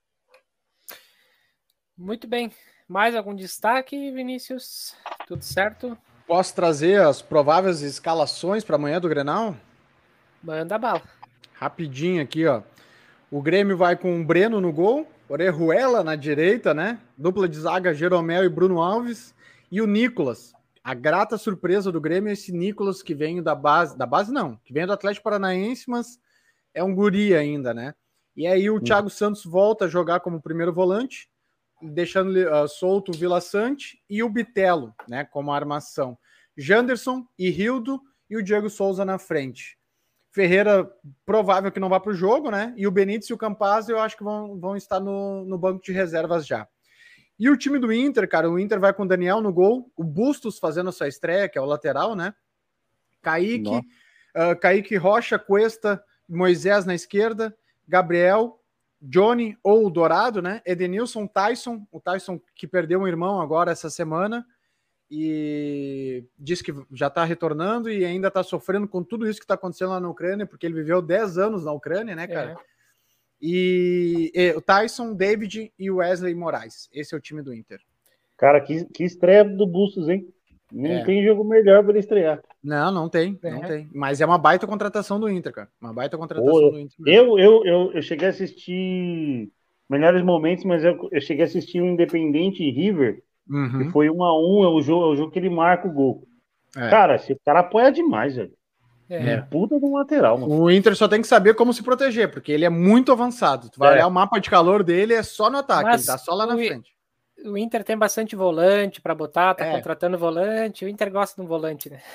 Muito bem. Mais algum destaque, Vinícius? Tudo certo? Posso trazer as prováveis escalações para amanhã do Grenal? Manda bala. Rapidinho aqui, ó. O Grêmio vai com o Breno no gol, Orejuela na direita, né? Dupla de zaga, Jeromel e Bruno Alves. E o Nicolas. A grata surpresa do Grêmio é esse Nicolas que vem da base. Da base não, que vem do Atlético Paranaense, mas é um guri ainda, né? E aí o Thiago Santos volta a jogar como primeiro volante, deixando uh, solto o Vila Sante e o Bitelo, né? Como armação. Janderson e Rildo e o Diego Souza na frente. Ferreira, provável que não vá para o jogo, né? E o Benítez e o Campaz, eu acho que vão, vão estar no, no banco de reservas já. E o time do Inter, cara, o Inter vai com o Daniel no gol, o Bustos fazendo a sua estreia, que é o lateral, né? Kaique, uh, Kaique Rocha, Cuesta, Moisés na esquerda, Gabriel, Johnny ou o Dourado, né? Edenilson, Tyson, o Tyson que perdeu um irmão agora essa semana, e diz que já está retornando e ainda está sofrendo com tudo isso que está acontecendo lá na Ucrânia, porque ele viveu dez anos na Ucrânia, né, cara? É. E, e o Tyson, David e Wesley Moraes. Esse é o time do Inter. Cara, que, que estreia do Bustos, hein? Não É. tem jogo melhor para ele estrear. Não, não tem, não É. tem. Mas é uma baita contratação do Inter, cara. Uma baita contratação Pô, do Inter mesmo. eu, eu, eu, eu cheguei a assistir melhores momentos, mas eu, eu cheguei a assistir o Independente e River, Uhum. que foi um a um, é o jogo, é o jogo que ele marca o gol. É. Cara, esse cara apoia demais, velho. É. Um puta do lateral, mano. O Inter só tem que saber como se proteger, porque ele é muito avançado. Tu vai É. olhar o mapa de calor dele, é só no ataque, Mas ele tá só lá na o I- frente. O Inter tem bastante volante para botar, tá É. contratando volante. O Inter gosta de um volante, né?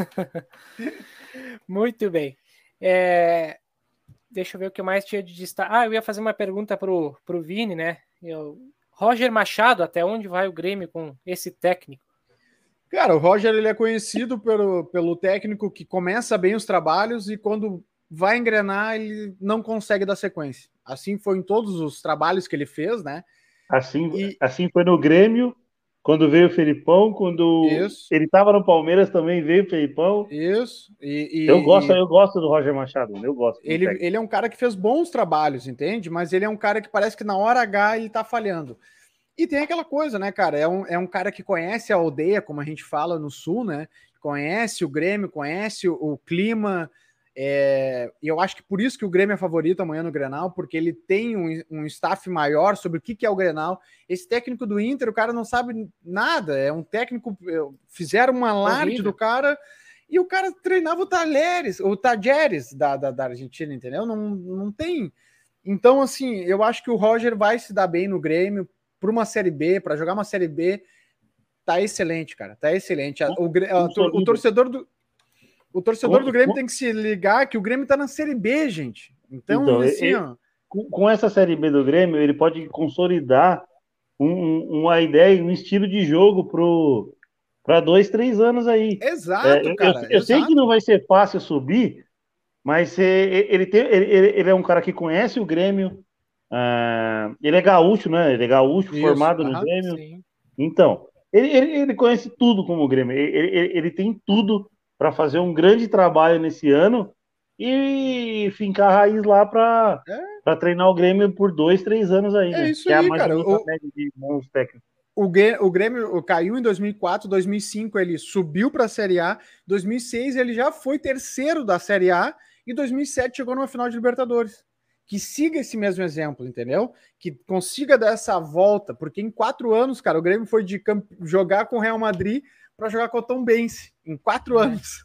Muito bem. É, Deixa eu ver o que mais tinha de destaque. Ah, eu ia fazer uma pergunta pro, pro Vini, né? Eu... Roger Machado, até onde vai o Grêmio com esse técnico? Cara, o Roger ele é conhecido pelo, pelo técnico que começa bem os trabalhos e quando vai engrenar ele não consegue dar sequência. Assim foi em todos os trabalhos que ele fez, né? Assim, E- assim foi no Grêmio, quando veio o Felipão, quando Isso. ele tava no Palmeiras também veio o Felipão. Isso. E, e- Eu gosto, e eu gosto do Roger Machado, eu gosto. do ele, técnico. ele é um cara que fez bons trabalhos, entende? Mas ele é um cara que parece que na hora H ele tá falhando. E tem aquela coisa, né, cara? É um, é um cara que conhece a aldeia, como a gente fala no Sul, né? Conhece o Grêmio, conhece o, o clima. É, e eu acho que por isso que o Grêmio é favorito amanhã no Grenal, porque ele tem um, um staff maior sobre o que, que é o Grenal. Esse técnico do Inter, o cara não sabe nada. É um técnico. Fizeram uma alarde Horrível. do cara e o cara treinava o Talheres, o Tajeres da, da, da Argentina, entendeu? Não, não tem. Então, assim, eu acho que o Roger vai se dar bem no Grêmio para uma Série B, para jogar uma Série B, tá excelente, cara, tá excelente. O, o, o torcedor do o torcedor Com- do Grêmio com- tem que se ligar que o Grêmio tá na Série B, gente. Então, Então, assim, ele- ó, Com, com essa Série B do Grêmio, ele pode consolidar um- um- uma ideia, um estilo de jogo para dois, três anos aí. É, exato, eu, eu- cara, eu sei que exato. não vai ser fácil subir, mas é, ele, tem, ele, ele- ele é um cara que conhece o Grêmio. Ah, ele é gaúcho, né? Ele é gaúcho, Isso, formado no aham. Grêmio. Sim. Então, ele, ele, ele conhece tudo como o Grêmio. Ele, ele, ele tem tudo para fazer um grande trabalho nesse ano e fincar a raiz lá para É, treinar o Grêmio por dois, três anos aí, é né? isso Que é aí, mais ou cara. menos a O, média de bons técnicos. o, Grê- o Grêmio caiu em dois mil e quatro, dois mil e cinco ele subiu para a Série A, dois mil e seis ele já foi terceiro da Série A e dois mil e sete chegou numa final de Libertadores. Que siga esse mesmo exemplo, entendeu? Que consiga dar essa volta, porque em quatro anos, cara, o Grêmio foi de camp... jogar com o Real Madrid para jogar com o Tom Benz. Em quatro É. anos.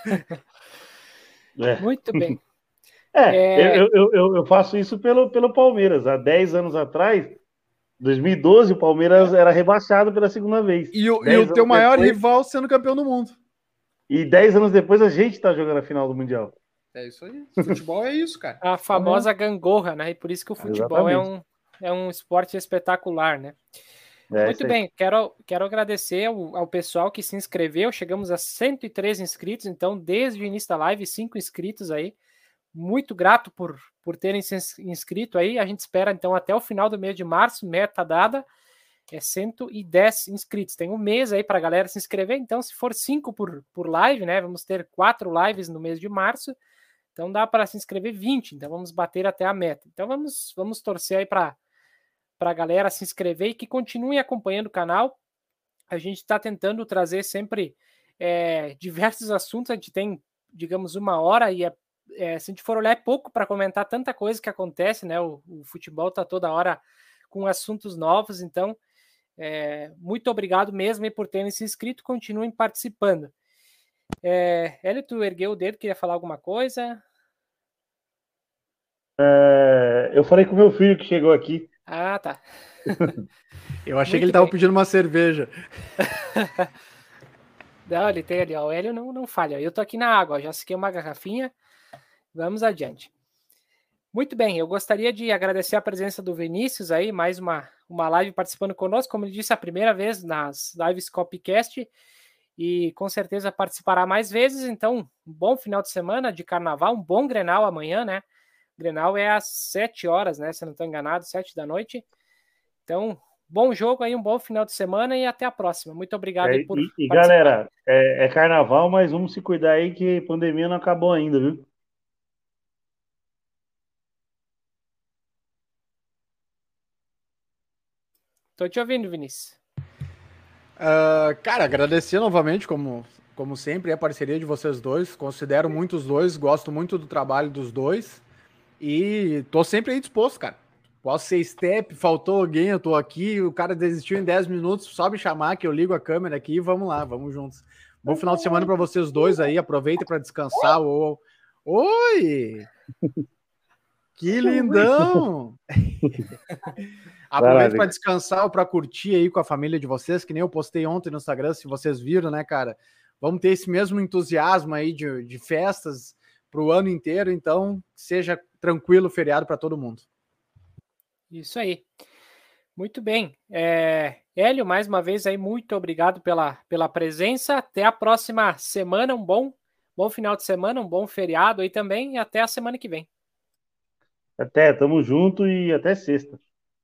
É, Muito bem. é, É. Eu, eu, eu, eu faço isso pelo, pelo Palmeiras. Há dez anos atrás, dois mil e doze, o Palmeiras era rebaixado pela segunda vez. E o, e Dez o teu anos maior depois- rival sendo campeão do mundo. E dez anos depois a gente tá jogando a final do Mundial. É isso aí. Futebol é isso, cara. A famosa gangorra, né? E por isso que o futebol é um, é um esporte espetacular, né? É, Muito isso aí. bem, quero, quero agradecer ao, ao pessoal que se inscreveu. Chegamos a cento e três inscritos, então, desde o início da live, cinco inscritos aí. Muito grato por, por terem se inscrito aí. A gente espera, então, até o final do mês de março, meta dada, é cento e dez inscritos. Tem um mês aí para a galera se inscrever, então, se for cinco por, por live, né? Vamos ter quatro lives no mês de março. Então dá para se inscrever vinte, então vamos bater até a meta. Então vamos, vamos torcer aí para a galera se inscrever e que continuem acompanhando o canal. A gente está tentando trazer sempre é, diversos assuntos. A gente tem, digamos, uma hora e é, é, se a gente for olhar é pouco para comentar tanta coisa que acontece, né? O, o futebol está toda hora com assuntos novos. Então, é, muito obrigado mesmo aí por terem se inscrito. Continuem participando. É, Hélio, tu ergueu o dedo, queria falar alguma coisa? É, eu falei com meu filho que chegou aqui. Ah, tá. Eu achei Muito que ele tava bem. pedindo uma cerveja. Não, ele tem ali, ó. O Hélio não, não falha. Eu tô aqui na água, ó, já sequei uma garrafinha. Vamos adiante. Muito bem, eu gostaria de agradecer a presença do Vinícius aí, mais uma, uma live participando conosco. Como ele disse, a primeira vez nas lives Copycast. E com certeza participará mais vezes. Então, um bom final de semana de carnaval, um bom Grenal amanhã, né? Grenal é às sete horas, né? Se eu não estou enganado, sete da noite. Então, bom jogo aí, um bom final de semana e até a próxima. Muito obrigado É, aí por e, e participar. galera, é, é carnaval, mas vamos se cuidar aí que a pandemia não acabou ainda, viu? Tô te ouvindo, Vinícius. Uh, cara, agradecer novamente, como, como sempre, a parceria de vocês dois. Considero muito os dois, gosto muito do trabalho dos dois. E tô sempre aí disposto, cara. Posso ser step, faltou alguém, eu tô aqui, o cara desistiu em dez minutos, só me chamar que eu ligo a câmera aqui e vamos lá, vamos juntos. Bom final de semana para vocês dois aí, aproveita para descansar. Ou... Oi! Que lindão! Aproveita para descansar ou para curtir aí com a família de vocês, que nem eu postei ontem no Instagram, se vocês viram, né, cara? Vamos ter esse mesmo entusiasmo aí de, de festas para o ano inteiro, então seja tranquilo o feriado para todo mundo. Isso aí. Muito bem. É, Hélio, mais uma vez aí, muito obrigado pela, pela presença. Até a próxima semana, um bom, bom final de semana, um bom feriado aí também, e até a semana que vem. Até, tamo junto e até sexta.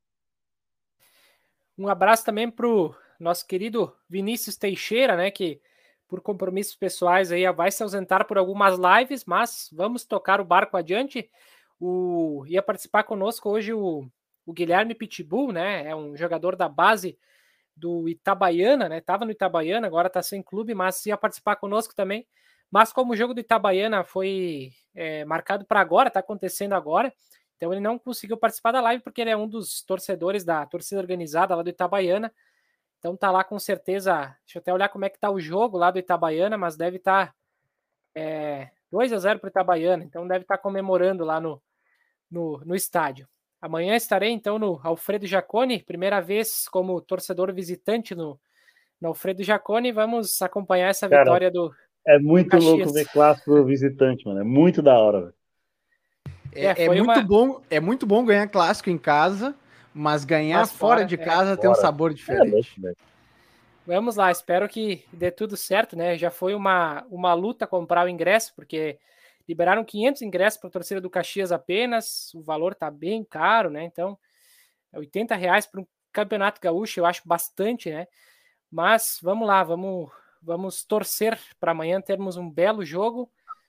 Um abraço também para o nosso querido Vinícius Teixeira, né, que por compromissos pessoais aí vai se ausentar por algumas lives, mas vamos tocar o barco adiante. O, ia participar conosco hoje o, o Guilherme Pitbull, né, é um jogador da base do Itabaiana, né, estava no Itabaiana, agora está sem clube, mas ia participar conosco também. Mas como o jogo do Itabaiana foi é, marcado para agora, está acontecendo agora, então ele não conseguiu participar da live porque ele é um dos torcedores da torcida organizada lá do Itabaiana. Então tá lá com certeza, deixa eu até olhar como é que tá o jogo lá do Itabaiana, mas deve estar tá, é, dois a zero para o Itabaiana, então deve estar tá comemorando lá no, no, no estádio. Amanhã estarei então no Alfredo Jaconi, primeira vez como torcedor visitante no, no Alfredo Jaconi, vamos acompanhar essa Cara, vitória do É muito do louco ver clássico visitante, mano, é muito da hora, velho. É, é, é, muito uma... bom, é muito bom ganhar clássico em casa, mas ganhar mas fora, fora de casa é, tem fora. um sabor diferente. É, Vamos lá, espero que dê tudo certo, né? Já foi uma, uma luta comprar o ingresso, porque liberaram quinhentos ingressos para a torcida do Caxias apenas, o valor tá bem caro, né? Então, oitenta reais para um campeonato gaúcho, eu acho bastante, né? Mas vamos lá, vamos, vamos torcer para amanhã termos um belo jogo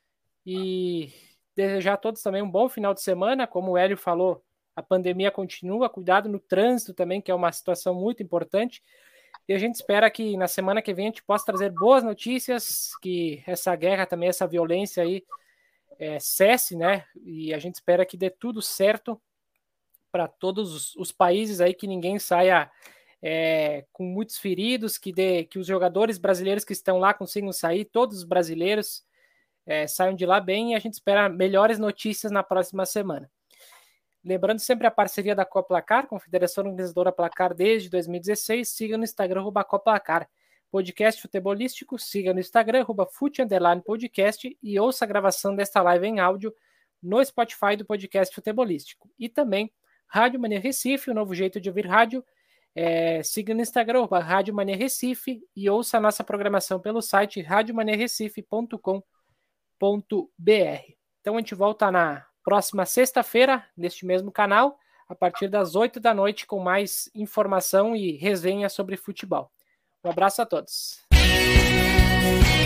e desejar a todos também um bom final de semana. Como o Hélio falou, a pandemia continua, cuidado no trânsito também, que é uma situação muito importante. E a gente espera que na semana que vem a gente possa trazer boas notícias, que essa guerra também, essa violência aí é, cesse, né? E a gente espera que dê tudo certo para todos os, os países aí, que ninguém saia é, com muitos feridos, que, dê, que os jogadores brasileiros que estão lá consigam sair, todos os brasileiros é, saiam de lá bem, e a gente espera melhores notícias na próxima semana. Lembrando sempre a parceria da Coplacar, Confederação Organizadora Placar desde dois mil e dezesseis. Siga no Instagram, arroba Coplacar. Podcast futebolístico, siga no Instagram, arroba fute underline podcast, e ouça a gravação desta live em áudio no Spotify do podcast futebolístico. E também Rádio Mania Recife, o novo jeito de ouvir rádio. É, siga no Instagram, arroba Rádio Mania Recife, e ouça a nossa programação pelo site rádio mania recife ponto com ponto b r. Então a gente volta na próxima sexta-feira, neste mesmo canal, a partir das oito da noite, com mais informação e resenha sobre futebol. Um abraço a todos.